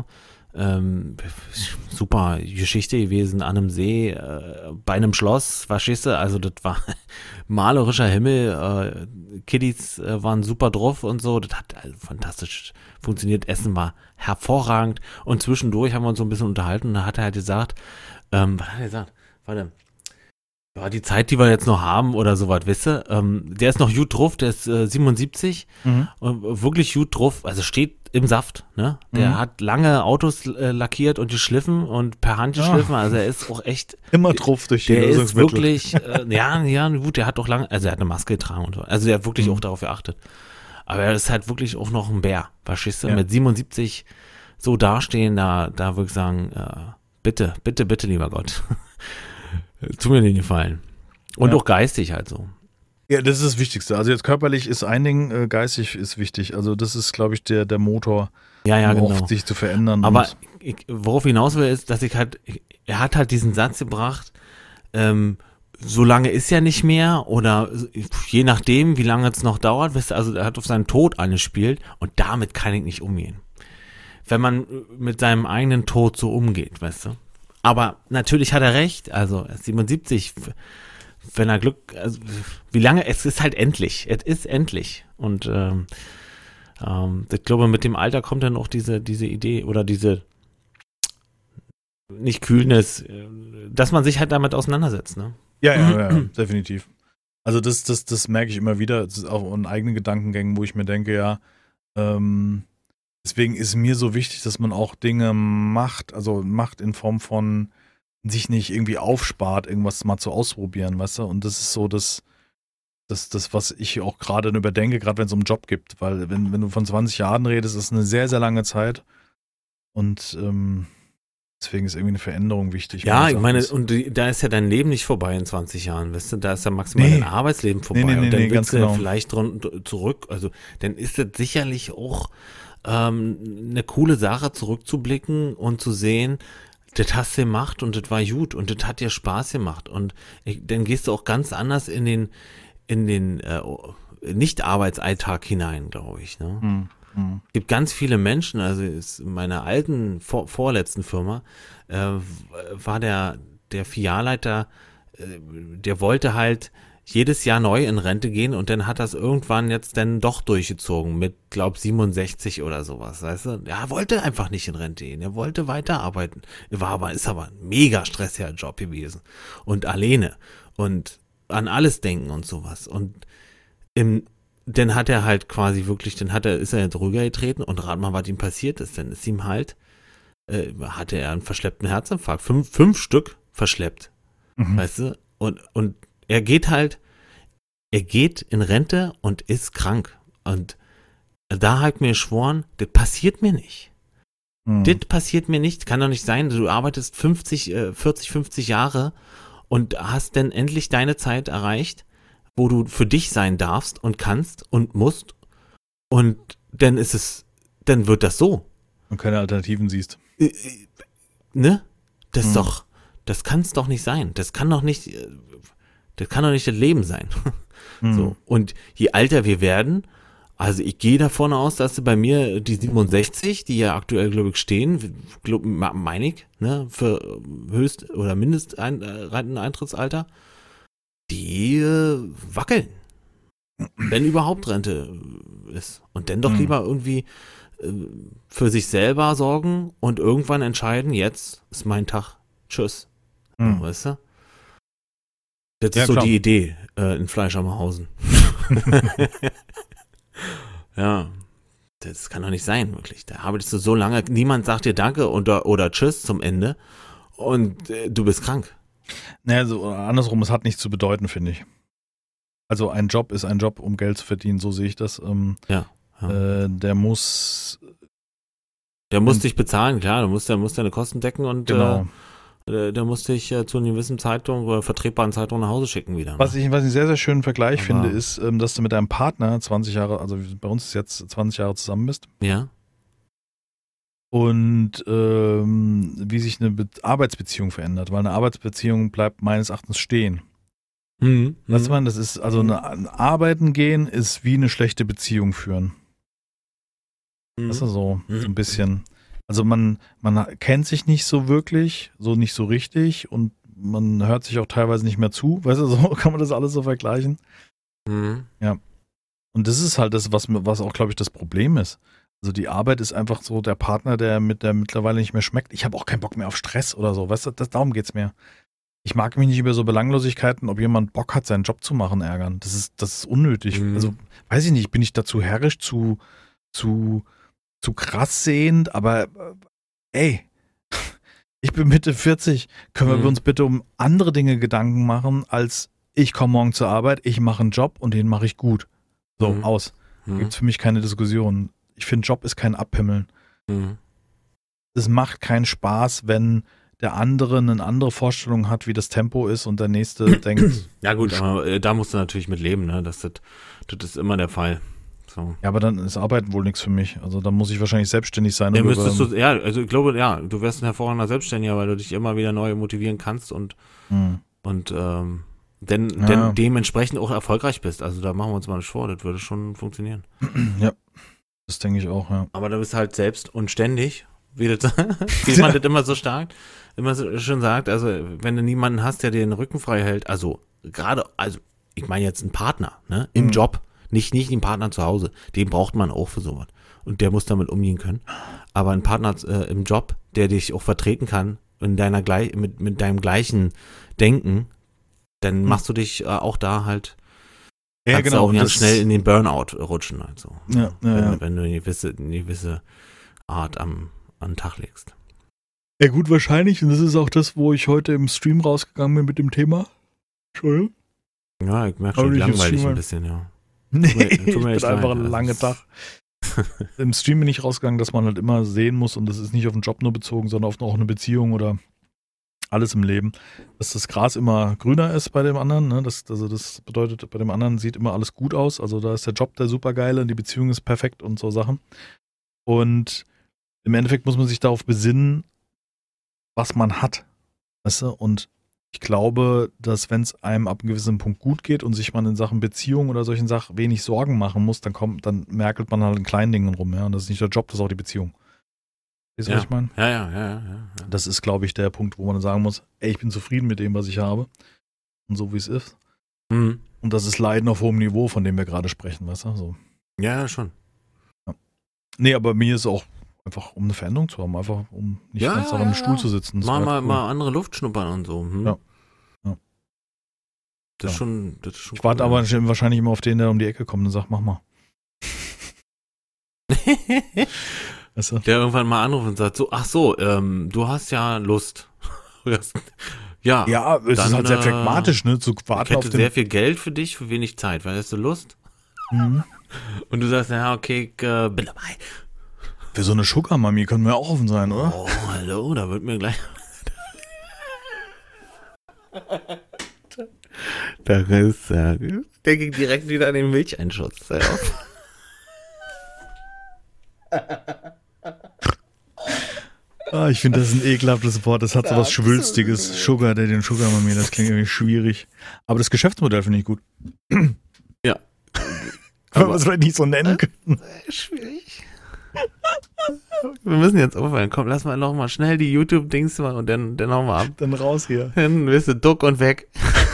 Super Geschichte gewesen, an einem See, bei einem Schloss, verstehst du? Also das war malerischer Himmel, Kiddies waren super drauf und so, das hat fantastisch funktioniert, Essen war hervorragend und zwischendurch haben wir uns so ein bisschen unterhalten und da hat er halt gesagt, was hat er gesagt? Warte, Ja, die Zeit, die wir jetzt noch haben oder sowas, weißt du, der ist noch gut drauf, der ist 77 und wirklich gut drauf, also steht im Saft, ne? Der hat lange Autos lackiert und geschliffen und per Hand geschliffen, also er ist auch echt immer drauf durch die der ist Lösungsmittel. wirklich, ja, gut, der hat auch lange, also er hat eine Maske getragen und so, also der hat wirklich auch darauf geachtet. Aber er ist halt wirklich auch noch ein Bär, verstehst du? Mit 77 so dastehen, da würde ich sagen, bitte, bitte, bitte, lieber Gott. Tu mir den Gefallen. Und auch geistig halt so. Ja, das ist das Wichtigste. Also jetzt körperlich ist ein Ding, geistig ist wichtig. Also das ist, glaube ich, der Motor, genau. oft sich zu verändern. Aber worauf ich hinaus will, ist, dass er hat halt diesen Satz gebracht, so lange ist ja nicht mehr oder je nachdem, wie lange es noch dauert, weißt du, also er hat auf seinen Tod angespielt und damit kann ich nicht umgehen. Wenn man mit seinem eigenen Tod so umgeht, weißt du. Aber natürlich hat er recht, also er ist 77, wenn er Glück, also wie lange, es ist halt endlich, es ist endlich und ich glaube, mit dem Alter kommt dann auch diese Idee oder diese, nicht Kühlnis, dass man sich halt damit auseinandersetzt, ne? Ja, definitiv. Also das merke ich immer wieder, das ist auch in eigenen Gedankengängen, wo ich mir denke, ja, deswegen ist mir so wichtig, dass man auch Dinge macht, also macht in Form von sich nicht irgendwie aufspart, irgendwas mal zu ausprobieren, weißt du? Und das ist so das was ich auch gerade überdenke, gerade wenn es um einen Job geht, weil wenn du von 20 Jahren redest, ist eine sehr, sehr lange Zeit und deswegen ist irgendwie eine Veränderung wichtig. Ja, ich meine, und da ist ja dein Leben nicht vorbei in 20 Jahren, weißt du, da ist ja maximal dein Arbeitsleben vorbei und dann willst du vielleicht zurück, also dann ist das sicherlich auch eine coole Sache, zurückzublicken und zu sehen, das hast du gemacht und das war gut und das hat dir Spaß gemacht und dann gehst du auch ganz anders in den Nicht-Arbeitsalltag hinein, glaube ich. Ne? Es gibt ganz viele Menschen, also in meiner alten, vorletzten Firma war der Filialleiter, der wollte halt jedes Jahr neu in Rente gehen und dann hat das irgendwann jetzt dann doch durchgezogen mit, glaub 67 oder sowas, weißt du? Er wollte einfach nicht in Rente gehen, er wollte weiterarbeiten. Ist aber ein mega stressiger Job gewesen und alleine und an alles denken und sowas und dann hat er halt quasi wirklich, ist er drüber getreten und rat mal, was ihm passiert ist, dann ist ihm halt, hatte er einen verschleppten Herzinfarkt, fünf Stück verschleppt, weißt du? Und er geht in Rente und ist krank. Und da hat mir geschworen, das passiert mir nicht. Das passiert mir nicht. Kann doch nicht sein. Du arbeitest 40, 50 Jahre und hast dann endlich deine Zeit erreicht, wo du für dich sein darfst und kannst und musst. Und dann wird das so. Und keine Alternativen siehst. Ne? Das kann es doch nicht sein. Das kann doch nicht das Leben sein. So. Und je älter wir werden, also ich gehe davon aus, dass bei mir die 67, die ja aktuell, glaube ich, stehen, meine ich, ne, für Höchst- oder Renteneintrittsalter, die wackeln. Wenn überhaupt Rente ist. Und dann doch lieber irgendwie für sich selber sorgen und irgendwann entscheiden, jetzt ist mein Tag. Tschüss. Weißt du? Das ist so die Idee in Fleischermahausen. Ja, das kann doch nicht sein, wirklich. Da arbeitest du so lange, niemand sagt dir Danke oder Tschüss zum Ende und du bist krank. Naja, so andersrum, es hat nichts zu bedeuten, finde ich. Also ein Job ist ein Job, um Geld zu verdienen, so sehe ich das. Der muss dich bezahlen, klar, der muss deine Kosten decken und genau. Der muss dich zu einer gewissen Zeitung oder vertretbaren Zeitung nach Hause schicken wieder. Ne? Was ich einen sehr, sehr schönen Vergleich finde, ist, dass du mit deinem Partner 20 Jahre, also bei uns ist jetzt 20 Jahre zusammen bist. Ja. Und wie sich eine Arbeitsbeziehung verändert, weil eine Arbeitsbeziehung bleibt meines Erachtens stehen. Weißt du, das ist, also ein Arbeiten gehen ist wie eine schlechte Beziehung führen. Das ist so ein bisschen. Also man kennt sich nicht so wirklich, so nicht so richtig und man hört sich auch teilweise nicht mehr zu, weißt du, so kann man das alles so vergleichen. Ja. Und das ist halt das, was auch, glaube ich, das Problem ist. Also die Arbeit ist einfach so der Partner, der mittlerweile nicht mehr schmeckt. Ich habe auch keinen Bock mehr auf Stress oder so, weißt du, darum geht's mir. ich mag mich nicht über so Belanglosigkeiten, ob jemand Bock hat, seinen Job zu machen, ärgern. Das ist unnötig. Also, weiß ich nicht, bin ich dazu herrisch, zu krass sehend, aber ey, ich bin Mitte 40. Können wir uns bitte um andere Dinge Gedanken machen, als ich komme morgen zur Arbeit, ich mache einen Job und den mache ich gut. So, aus. Gibt es für mich keine Diskussion. Ich finde, Job ist kein Abhimmeln. Es macht keinen Spaß, wenn der andere eine andere Vorstellung hat, wie das Tempo ist und der nächste denkt. Ja gut, aber da musst du natürlich mit leben, ne? Das ist immer der Fall. So. Ja, aber dann ist Arbeiten wohl nichts für mich. Also da muss ich wahrscheinlich selbstständig sein. Also ich glaube, ja, du wärst ein hervorragender Selbstständiger, weil du dich immer wieder neu motivieren kannst und dementsprechend auch erfolgreich bist. Also da machen wir uns mal nicht vor, das würde schon funktionieren. Ja, das denke ich auch, ja. Aber du bist halt selbst und ständig, wie man das immer so stark, immer so schön sagt, also wenn du niemanden hast, der dir den Rücken frei hält, also ich meine jetzt einen Partner, ne, im Job, nicht einen Partner zu Hause, den braucht man auch für sowas. Und der muss damit umgehen können. Aber ein Partner im Job, der dich auch vertreten kann, mit deinem gleichen Denken, dann machst du dich auch da halt, kannst du auch ganz schnell in den Burnout rutschen. Also, wenn du eine gewisse Art an den Tag legst. Ja gut, wahrscheinlich. Und das ist auch das, wo ich heute im Stream rausgegangen bin mit dem Thema. Entschuldigung. Ja, ich merke schon, langweilig ein bisschen, ja. Nee, ich bin einfach ein langer Tag. Im Stream bin ich rausgegangen, dass man halt immer sehen muss, und das ist nicht auf den Job nur bezogen, sondern auf auch eine Beziehung oder alles im Leben, dass das Gras immer grüner ist bei dem anderen. Ne? Das bedeutet, bei dem anderen sieht immer alles gut aus. Also da ist der Job der supergeile und die Beziehung ist perfekt und so Sachen. Und im Endeffekt muss man sich darauf besinnen, was man hat. Weißt du? Und ich glaube, dass wenn es einem ab einem gewissen Punkt gut geht und sich man in Sachen Beziehung oder solchen Sachen wenig Sorgen machen muss, dann merkelt man halt in kleinen Dingen rum. Ja? Und das ist nicht der Job, das ist auch die Beziehung. Weißt du, was ich meine? Ja. Das ist, glaube ich, der Punkt, wo man dann sagen muss, ey, ich bin zufrieden mit dem, was ich habe. Und so, wie es ist. Und das ist Leiden auf hohem Niveau, von dem wir gerade sprechen, weißt du? So. Ja, schon. Ja. Nee, aber mir ist auch einfach, um eine Veränderung zu haben, einfach, um nicht ganz auf einem Stuhl zu sitzen. Mal andere Luft schnuppern und so. Ja. Das ist schon ich warte aber wahrscheinlich immer auf den, der um die Ecke kommt und sagt, mach mal. Weißt du? Der irgendwann mal anruft und sagt, du hast ja Lust. Ja, es ist halt sehr pragmatisch, ne, zu warten auf den... Ich hätte sehr viel Geld für dich, für wenig Zeit, weil hast du Lust? Und du sagst, ja, okay, ich bin dabei. Für so eine Sugar-Mami können wir auch offen sein, oder? Oh, hallo, da wird mir gleich... Da ist, denke ich direkt wieder an den Milcheinschuss. Ich finde, das ist ein ekelhaftes Wort. Das hat so was Schwülstiges. Sugar, den Sugar-Mami, das klingt irgendwie schwierig. Aber das Geschäftsmodell finde ich gut. Ja. Wenn wir es vielleicht nicht so nennen können. Schwierig. Wir müssen jetzt aufhören. Komm, lass mal noch mal schnell die YouTube-Dings machen und dann hauen wir ab. Dann raus hier. Dann bist du duck und weg.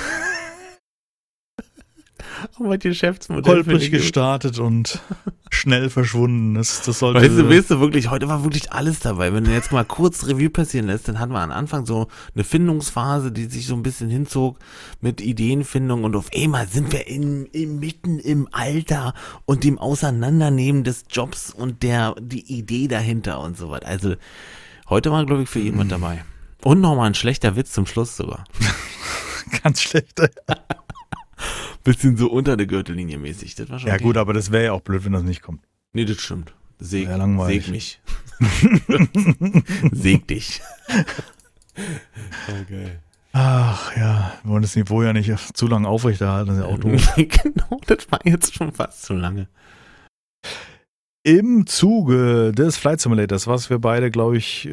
Aber Geschäftsmodell holprig gestartet und schnell verschwunden. Das sollte. Weißt du wirklich, heute war wirklich alles dabei. Wenn du jetzt mal kurz Revue passieren lässt, dann hatten wir am Anfang so eine Findungsphase, die sich so ein bisschen hinzog mit Ideenfindung, und auf einmal sind wir mitten im Alter und dem Auseinandernehmen des Jobs und die Idee dahinter und so weiter. Also heute war, glaube ich, für jeden was dabei. Und nochmal ein schlechter Witz zum Schluss sogar. Ganz schlechter. Bisschen so unter der Gürtellinie mäßig. Das war schon gut, aber das wäre ja auch blöd, wenn das nicht kommt. Nee, das stimmt. Seg mich. Seg dich. Okay. Ach ja, wir wollen das Niveau ja nicht zu lange aufrechterhalten, das ist ja auch doof. Genau, das war jetzt schon fast zu lange. Im Zuge des Flight Simulators, was wir beide, glaube ich,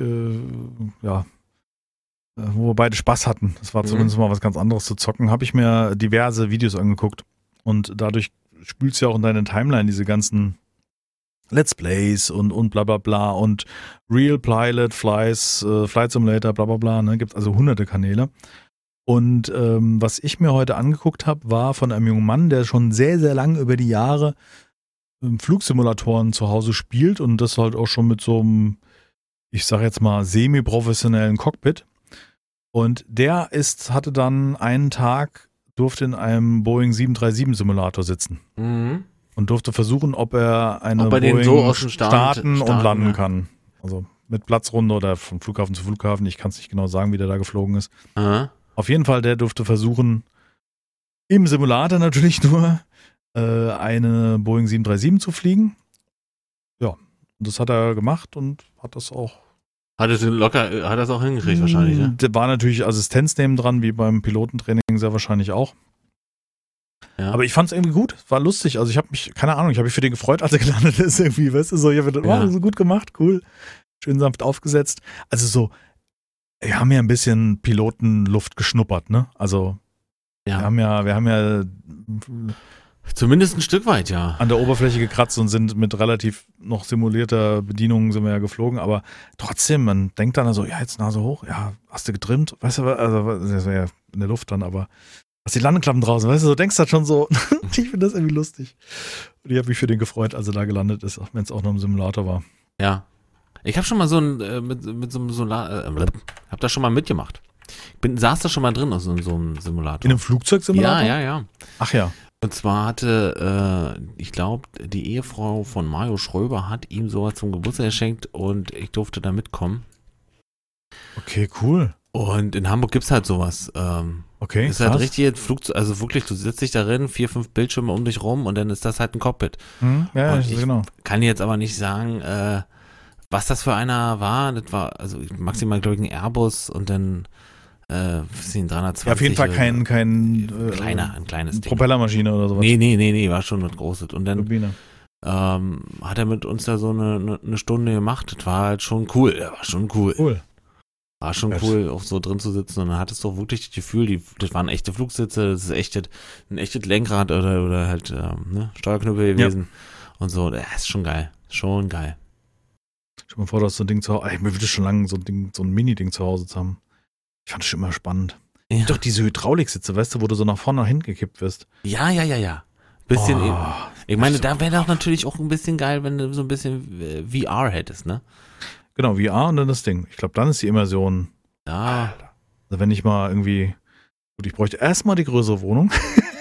wo wir beide Spaß hatten, das war zumindest mal was ganz anderes zu zocken, habe ich mir diverse Videos angeguckt, und dadurch spülst du ja auch in deine Timeline diese ganzen Let's Plays und bla bla bla und Real Pilot, Flight Simulator, bla bla bla, ne? Gibt also hunderte Kanäle. Und was ich mir heute angeguckt habe, war von einem jungen Mann, der schon sehr, sehr lang über die Jahre Flugsimulatoren zu Hause spielt, und das halt auch schon mit so einem, ich sag jetzt mal, semi-professionellen Cockpit. Und der hatte dann einen Tag, durfte in einem Boeing 737 Simulator sitzen. Mhm. Und durfte versuchen, ob er eine Boeing so aus dem starten und landen ja. kann. Also mit Platzrunde oder von Flughafen zu Flughafen. Ich kann es nicht genau sagen, wie der da geflogen ist. Aha. Auf jeden Fall, der durfte versuchen, im Simulator natürlich nur eine Boeing 737 zu fliegen. Ja, und das hat er gemacht und hat das auch. Hat das auch hingekriegt wahrscheinlich, ne? Da war natürlich Assistenz neben dran, wie beim Pilotentraining sehr wahrscheinlich auch. Ja. Aber ich fand es irgendwie gut, war lustig. Also ich habe mich, keine Ahnung, ich habe mich für den gefreut, als er gelandet ist irgendwie, weißt du, so, ich habe gedacht, so gut gemacht, cool, schön sanft aufgesetzt. Also so, wir haben ja ein bisschen Pilotenluft geschnuppert, ne? Also wir haben ja zumindest ein Stück weit, ja. An der Oberfläche gekratzt und sind mit relativ noch simulierter Bedienung sind wir ja geflogen, aber trotzdem, man denkt dann so, ja, jetzt Nase hoch, ja, hast du getrimmt, weißt du, also das wäre ja in der Luft dann, aber hast die Landeklappen draußen, weißt du, so denkst du halt schon so, ich finde das irgendwie lustig. Und ich habe mich für den gefreut, als er da gelandet ist, auch wenn es auch noch im Simulator war. Ja. Ich habe schon mal so ein, mit so einem hab da schon mal mitgemacht. Saß da schon mal drin aus so einem Simulator. In einem Flugzeugsimulator? Ja. Ach ja. Und zwar hatte, ich glaube, die Ehefrau von Mario Schröber hat ihm sowas zum Geburtstag geschenkt und ich durfte da mitkommen. Okay, cool. Und in Hamburg gibt's halt sowas. Okay, ist halt richtig Flugzeug, also wirklich, du sitzt dich darin, 4, 5 Bildschirme um dich rum und dann ist das halt ein Cockpit. Ja, und ich genau. Kann jetzt aber nicht sagen, was das für einer war. Das war also maximal, glaube ich, ein Airbus und dann ein 320. Ja, auf jeden Fall kein ein kleines Propellermaschine oder sowas. Nee, war schon was Großes. Und dann hat er mit uns da so eine Stunde gemacht. Das war halt schon cool. War schon cool. War schon cool, auch so drin zu sitzen. Und dann hattest du wirklich das Gefühl, das waren echte Flugsitze, das ist ein echtes Lenkrad oder halt Steuerknüppel gewesen. Ja. Und so, das ist schon geil. Schon geil. Stell dir mal vor, du hast so ein Ding zu Hause. Ich würde schon lange so ein Mini-Ding zu Hause zu haben. Ich fand das schon immer spannend. Ja. Doch diese Hydrauliksitze, weißt du, wo du so nach vorne hingekippt wirst. Ja. Bisschen. Ich meine, da wäre doch natürlich auch ein bisschen geil, wenn du so ein bisschen VR hättest, ne? Genau, VR und dann das Ding. Ich glaube, dann ist die Immersion. Ja. Also wenn ich mal irgendwie. Gut, ich bräuchte erstmal die größere Wohnung.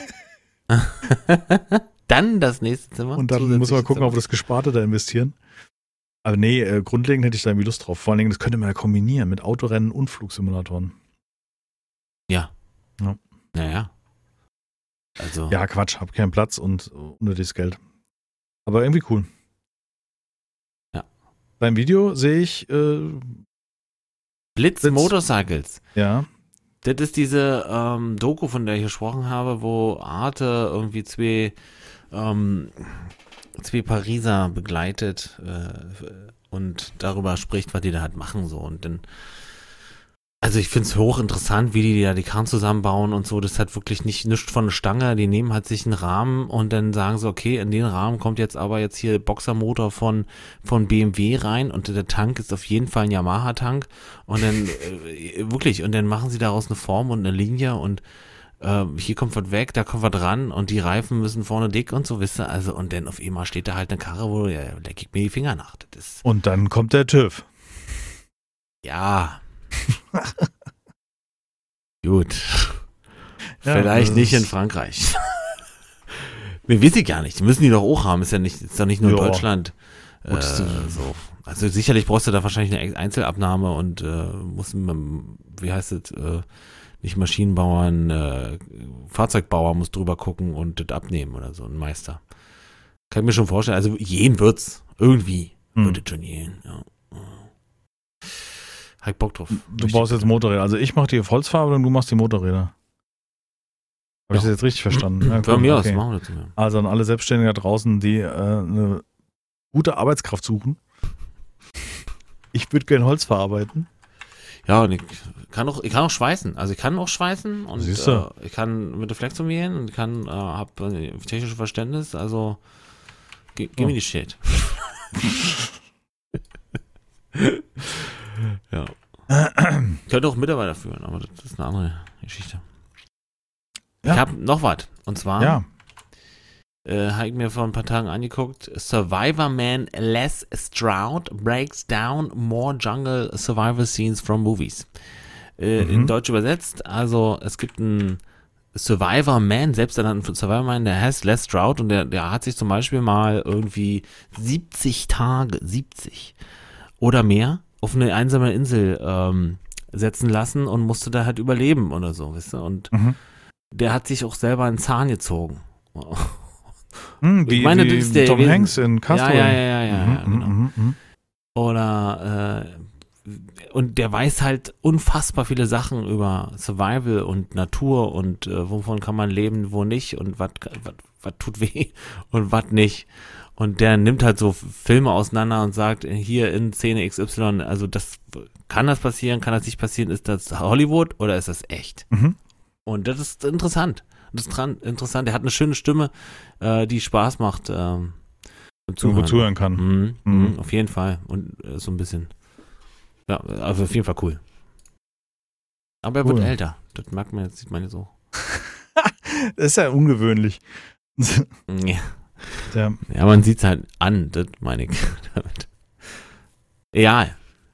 Dann das nächste Zimmer. Und dann muss man gucken, ob wir das Gesparte da investieren. Aber nee, grundlegend hätte ich da irgendwie Lust drauf. Vor allen Dingen, das könnte man ja kombinieren mit Autorennen und Flugsimulatoren. Ja. Naja. Also. Ja, Quatsch, hab keinen Platz und unnötiges Geld. Aber irgendwie cool. Ja. Beim Video sehe ich Blitz Motorcycles. Ja. Das ist diese Doku, von der ich gesprochen habe, wo Arte irgendwie zwei Pariser begleitet und darüber spricht, was die da halt machen so. Und dann, also ich finde es hochinteressant, wie die da die Karren zusammenbauen und so. Das ist halt wirklich nichts von der Stange. Die nehmen halt sich einen Rahmen und dann sagen sie, okay, in den Rahmen kommt jetzt aber hier Boxermotor von BMW rein und der Tank ist auf jeden Fall ein Yamaha-Tank. Und dann wirklich, und dann machen sie daraus eine Form und eine Linie und hier kommt was weg, da kommt was ran und die Reifen müssen vorne dick und so, wisst ihr, also und dann auf einmal steht da halt eine Karre, wo der kickt mir die Finger nach. Das ist, und dann kommt der TÜV. Ja. Gut. Ja, vielleicht nicht in Frankreich. Wir wissen gar nicht. Die müssen die doch auch haben. Ist doch nicht nur Deutschland. So. Also sicherlich brauchst du da wahrscheinlich eine Einzelabnahme und musst, wie heißt es, nicht Maschinenbauer, ein Fahrzeugbauer muss drüber gucken und das abnehmen oder so, ein Meister. Kann ich mir schon vorstellen. Also gehen wird's. Irgendwie würde es schon gehen. Ja. Hab Bock drauf. Du baust jetzt Motorräder. Also ich mache die Holzfarbe und du machst die Motorräder. Habe ich das jetzt richtig verstanden? Ja, von mir aus, machen wir das. Also an alle Selbstständigen da draußen, die eine gute Arbeitskraft suchen. Ich würde gerne Holz verarbeiten. Ja, und ich kann auch schweißen. Also ich kann auch schweißen und ich kann mit der Flexumieren und ich habe technisches Verständnis. Also gib mir die Shit. Ja. Ich könnte auch Mitarbeiter führen, aber das ist eine andere Geschichte. Ja. Ich habe noch was. Und zwar habe ich mir vor ein paar Tagen angeguckt, Survivor Man Les Stroud breaks down more jungle survival scenes from movies. in Deutsch übersetzt. Also es gibt einen Survivor-Man, selbsternannten Survivor-Man, der heißt Les Stroud und der hat sich zum Beispiel mal irgendwie 70 Tage oder mehr auf eine einsame Insel setzen lassen und musste da halt überleben oder so, weißt du? Und der hat sich auch selber einen Zahn gezogen. Ich meine, das ist der Tom Hanks in Castaway. Ja, genau. Oder und der weiß halt unfassbar viele Sachen über Survival und Natur und wovon kann man leben, wo nicht und was tut weh und was nicht. Und der nimmt halt so Filme auseinander und sagt, hier in Szene XY, also kann das passieren, kann das nicht passieren, ist das Hollywood oder ist das echt? Und das ist interessant. Interessant. Er hat eine schöne Stimme, die Spaß macht, zum zuhören kann. Auf jeden Fall. Und so ein bisschen. Ja, also auf jeden Fall cool. Aber er wird älter. Das merkt man jetzt, sieht man ja so. Das ist ja ungewöhnlich. Ja, man sieht es halt an, das meine ich damit. Egal.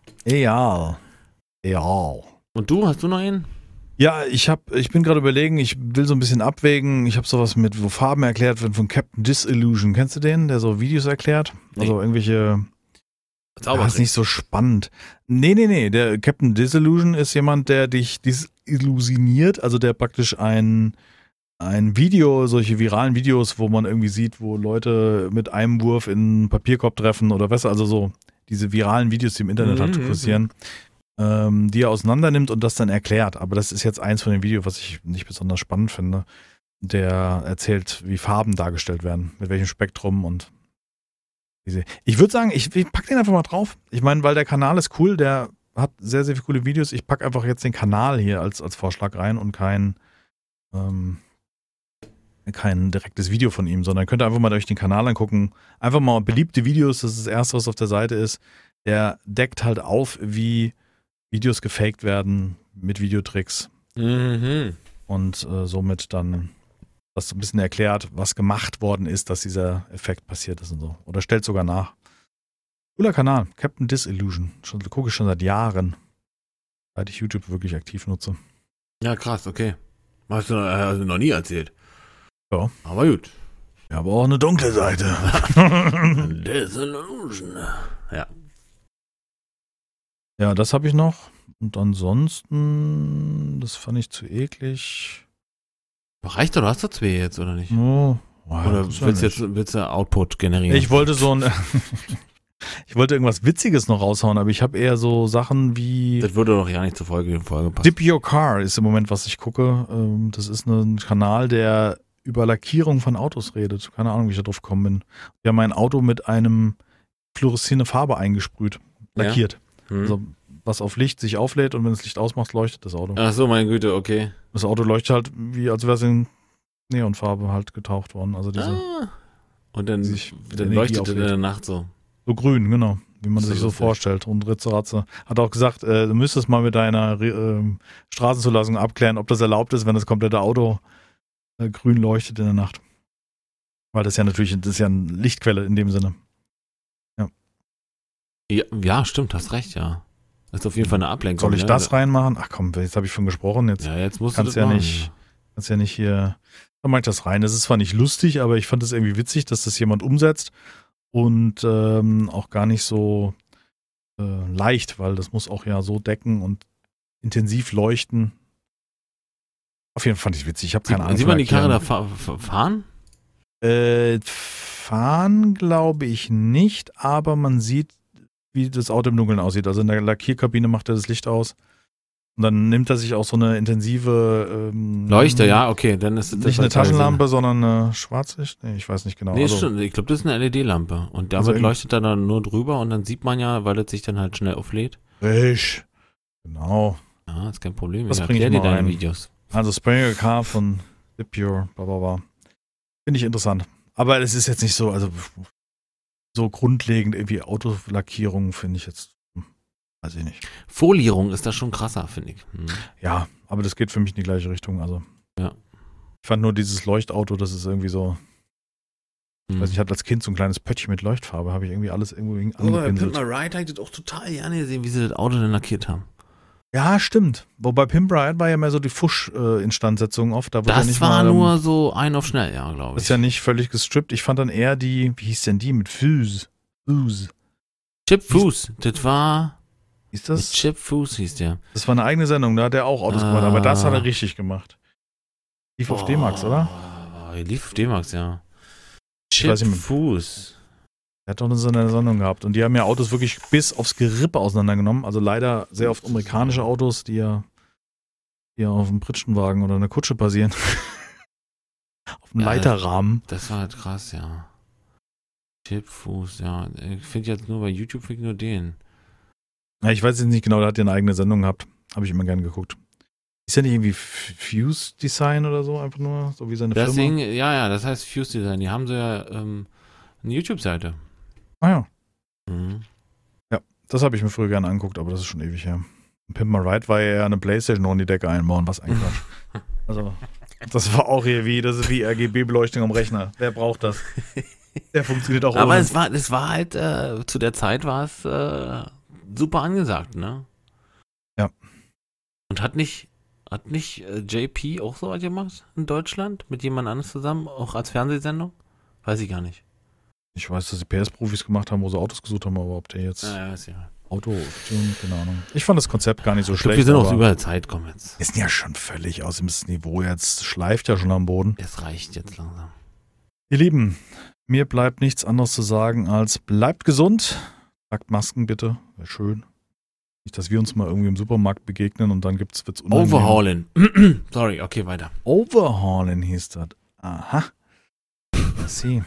Und du, hast du noch einen? Ja, ich bin gerade überlegen, ich will so ein bisschen abwägen. Ich habe sowas mit, wo Farben erklärt werden von Captain Disillusion. Kennst du den, der so Videos erklärt? Nee. Also irgendwelche. Das ist nicht so spannend. Nee. Der Captain Disillusion ist jemand, der dich disillusioniert, also der praktisch ein Video, solche viralen Videos, wo man irgendwie sieht, wo Leute mit einem Wurf in einen Papierkorb treffen oder was, also so diese viralen Videos, die im Internet halt kursieren, die er auseinander nimmt und das dann erklärt. Aber das ist jetzt eins von den Videos, was ich nicht besonders spannend finde. Der erzählt, wie Farben dargestellt werden, mit welchem Spektrum und ich würde sagen, ich pack den einfach mal drauf. Ich meine, weil der Kanal ist cool, der hat sehr, sehr viele coole Videos. Ich pack einfach jetzt den Kanal hier als Vorschlag rein und kein direktes Video von ihm, sondern könnt ihr einfach mal durch den Kanal angucken. Einfach mal beliebte Videos, das ist das erste, was auf der Seite ist. Der deckt halt auf, wie Videos gefaked werden mit Videotricks. Und somit dann das so ein bisschen erklärt, was gemacht worden ist, dass dieser Effekt passiert ist und so. Oder stellt sogar nach. Cooler Kanal, Captain Disillusion. Gucke ich schon seit Jahren, seit ich YouTube wirklich aktiv nutze. Ja, krass, okay. Hast du noch nie erzählt. Ja. Aber gut. Ja, aber auch eine dunkle Seite. Disillusion. Ja. Ja, das habe ich noch. Und ansonsten, das fand ich zu eklig. Reicht doch, du hast doch 2 jetzt, oder nicht? Oh, oder willst du Output generieren? Ich wollte ich wollte irgendwas Witziges noch raushauen, aber ich habe eher so Sachen wie. Das würde doch ja nicht zur Folge passen. Dip Your Car ist im Moment, was ich gucke. Das ist ein Kanal, der über Lackierung von Autos redet. Keine Ahnung, wie ich da drauf gekommen bin. Die haben mein Auto mit einem fluoreszierende Farbe eingesprüht. Lackiert. Ja? Also, was auf Licht sich auflädt und wenn das Licht ausmacht, leuchtet das Auto. Ach so, meine Güte, okay. Das Auto leuchtet halt, wie als wäre es in Neonfarbe halt getaucht worden. Also diese. Und dann leuchtet es in der Nacht so. So grün, genau. Wie man sich so vorstellt. Und Ritze-Ratze hat auch gesagt, du müsstest mal mit deiner Straßenzulassung abklären, ob das erlaubt ist, wenn das komplette Auto grün leuchtet in der Nacht. Weil das ja natürlich, das ist ja eine Lichtquelle in dem Sinne. Ja, stimmt, hast recht, ja. Das ist auf jeden Fall eine Ablenkung. Soll ich das reinmachen? Ach komm, jetzt habe ich schon gesprochen. Jetzt musst du das machen. Kannst ja nicht hier, dann mach ich das rein. Das ist zwar nicht lustig, aber ich fand es irgendwie witzig, dass das jemand umsetzt und auch gar nicht so leicht, weil das muss auch ja so decken und intensiv leuchten. Auf jeden Fall fand ich es witzig. Ich habe keine Ahnung. Sieht man die Karre da fahren? Fahren glaube ich nicht, aber man sieht, wie das Auto im Dunkeln aussieht. Also in der Lackierkabine macht er das Licht aus. Und dann nimmt er sich auch so eine intensive Leuchte, ja, okay. Dann ist das nicht eine Taschenlampe, sondern eine Schwarzlicht? Nee, ich weiß nicht genau. Nee, also, ich glaube, das ist eine LED-Lampe. Und damit leuchtet er dann nur drüber und dann sieht man ja, weil es sich dann halt schnell auflädt. Richtig. Genau. Ja, ist kein Problem. Das bringe ich dir deine Videos. Also Spring Your Car von Dip Your, blablabla. Finde ich interessant. Aber es ist jetzt nicht so, also so grundlegend irgendwie Autolackierung finde ich jetzt, weiß ich nicht. Folierung ist da schon krasser, finde ich. Ja, aber das geht für mich in die gleiche Richtung. Also ja. Ich fand nur dieses Leuchtauto, das ist irgendwie so, ich weiß nicht, ich hatte als Kind so ein kleines Pöttchen mit Leuchtfarbe, habe ich irgendwie alles irgendwo angepinselt. Pimp My Ride hat das auch total gerne gesehen, wie sie das Auto dann lackiert haben. Ja, stimmt. Wobei Pimp Ride war ja mehr so die Fusch-Instandsetzung oft. Da wird ja Das nicht war mal, nur so ein auf schnell, ja, glaube ich. ist ja nicht völlig gestrippt. Ich fand dann eher die, wie hieß denn die, mit Fuse. Chip Fuß, das war. Ist das? Chip Fuß hieß der. Das war eine eigene Sendung, da hat er auch Autos gemacht, aber das hat er richtig gemacht. Lief auf D-Max, oder? Lief auf D-Max, ja. Ich Chip weiß nicht mehr. Fuß. Er hat doch eine Sendung gehabt und die haben ja Autos wirklich bis aufs Gerippe auseinandergenommen. Also leider sehr oft amerikanische Autos, die ja auf einem Pritschenwagen oder einer Kutsche passieren. Auf dem Leiterrahmen. Das war halt krass, ja. Chip Fuß, ja. Ich finde jetzt nur bei YouTube nur den. Ja, ich weiß jetzt nicht genau, der hat ja eine eigene Sendung gehabt. Habe ich immer gern geguckt. Ist ja nicht irgendwie Fuse Design oder so, einfach nur, so wie seine Das Firma? Ding, ja, das heißt Fuse Design. Die haben so ja eine YouTube-Seite. Ah ja. Mhm. Ja, das habe ich mir früher gerne angeguckt, aber das ist schon ewig her. Pimp My Ride war ja eine Playstation noch in die Decke einbauen, was eigentlich war. Also, das war auch hier das ist wie RGB-Beleuchtung am Rechner. Wer braucht das? Der funktioniert auch ohne. Aber es war halt, zu der Zeit war es super angesagt, ne? Ja. Und hat nicht JP auch so was gemacht in Deutschland? Mit jemand anderes zusammen? Auch als Fernsehsendung? Weiß ich gar nicht. Ich weiß, dass die PS-Profis gemacht haben, wo sie Autos gesucht haben, aber ob der jetzt weiß ich. Auto, keine Ahnung. Ich fand das Konzept gar nicht so schlecht. Wir sind auch über der Zeit kommen jetzt. Ist ja schon völlig aus dem Niveau jetzt. Schleift ja schon am Boden. Es reicht jetzt langsam. Ihr Lieben, mir bleibt nichts anderes zu sagen als bleibt gesund. Tragt Masken bitte. Wäre schön. Nicht, dass wir uns mal irgendwie im Supermarkt begegnen und dann wird's unangenehm. Overhaulen. Sorry, okay, weiter. Overhaulen hieß das. Aha. Sie.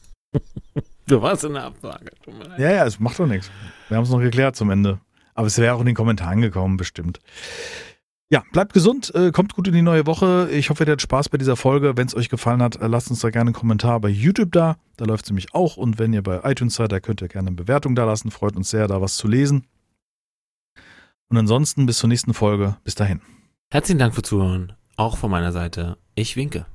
Du warst in der Absage. Tut mir leid. Ja, es macht doch nichts. Wir haben es noch geklärt zum Ende. Aber es wäre auch in den Kommentaren gekommen, bestimmt. Ja, bleibt gesund, kommt gut in die neue Woche. Ich hoffe, ihr hattet Spaß bei dieser Folge. Wenn es euch gefallen hat, lasst uns da gerne einen Kommentar bei YouTube da. Da läuft es nämlich auch. Und wenn ihr bei iTunes seid, da könnt ihr gerne eine Bewertung da lassen. Freut uns sehr, da was zu lesen. Und ansonsten bis zur nächsten Folge. Bis dahin. Herzlichen Dank fürs Zuhören. Auch von meiner Seite. Ich winke.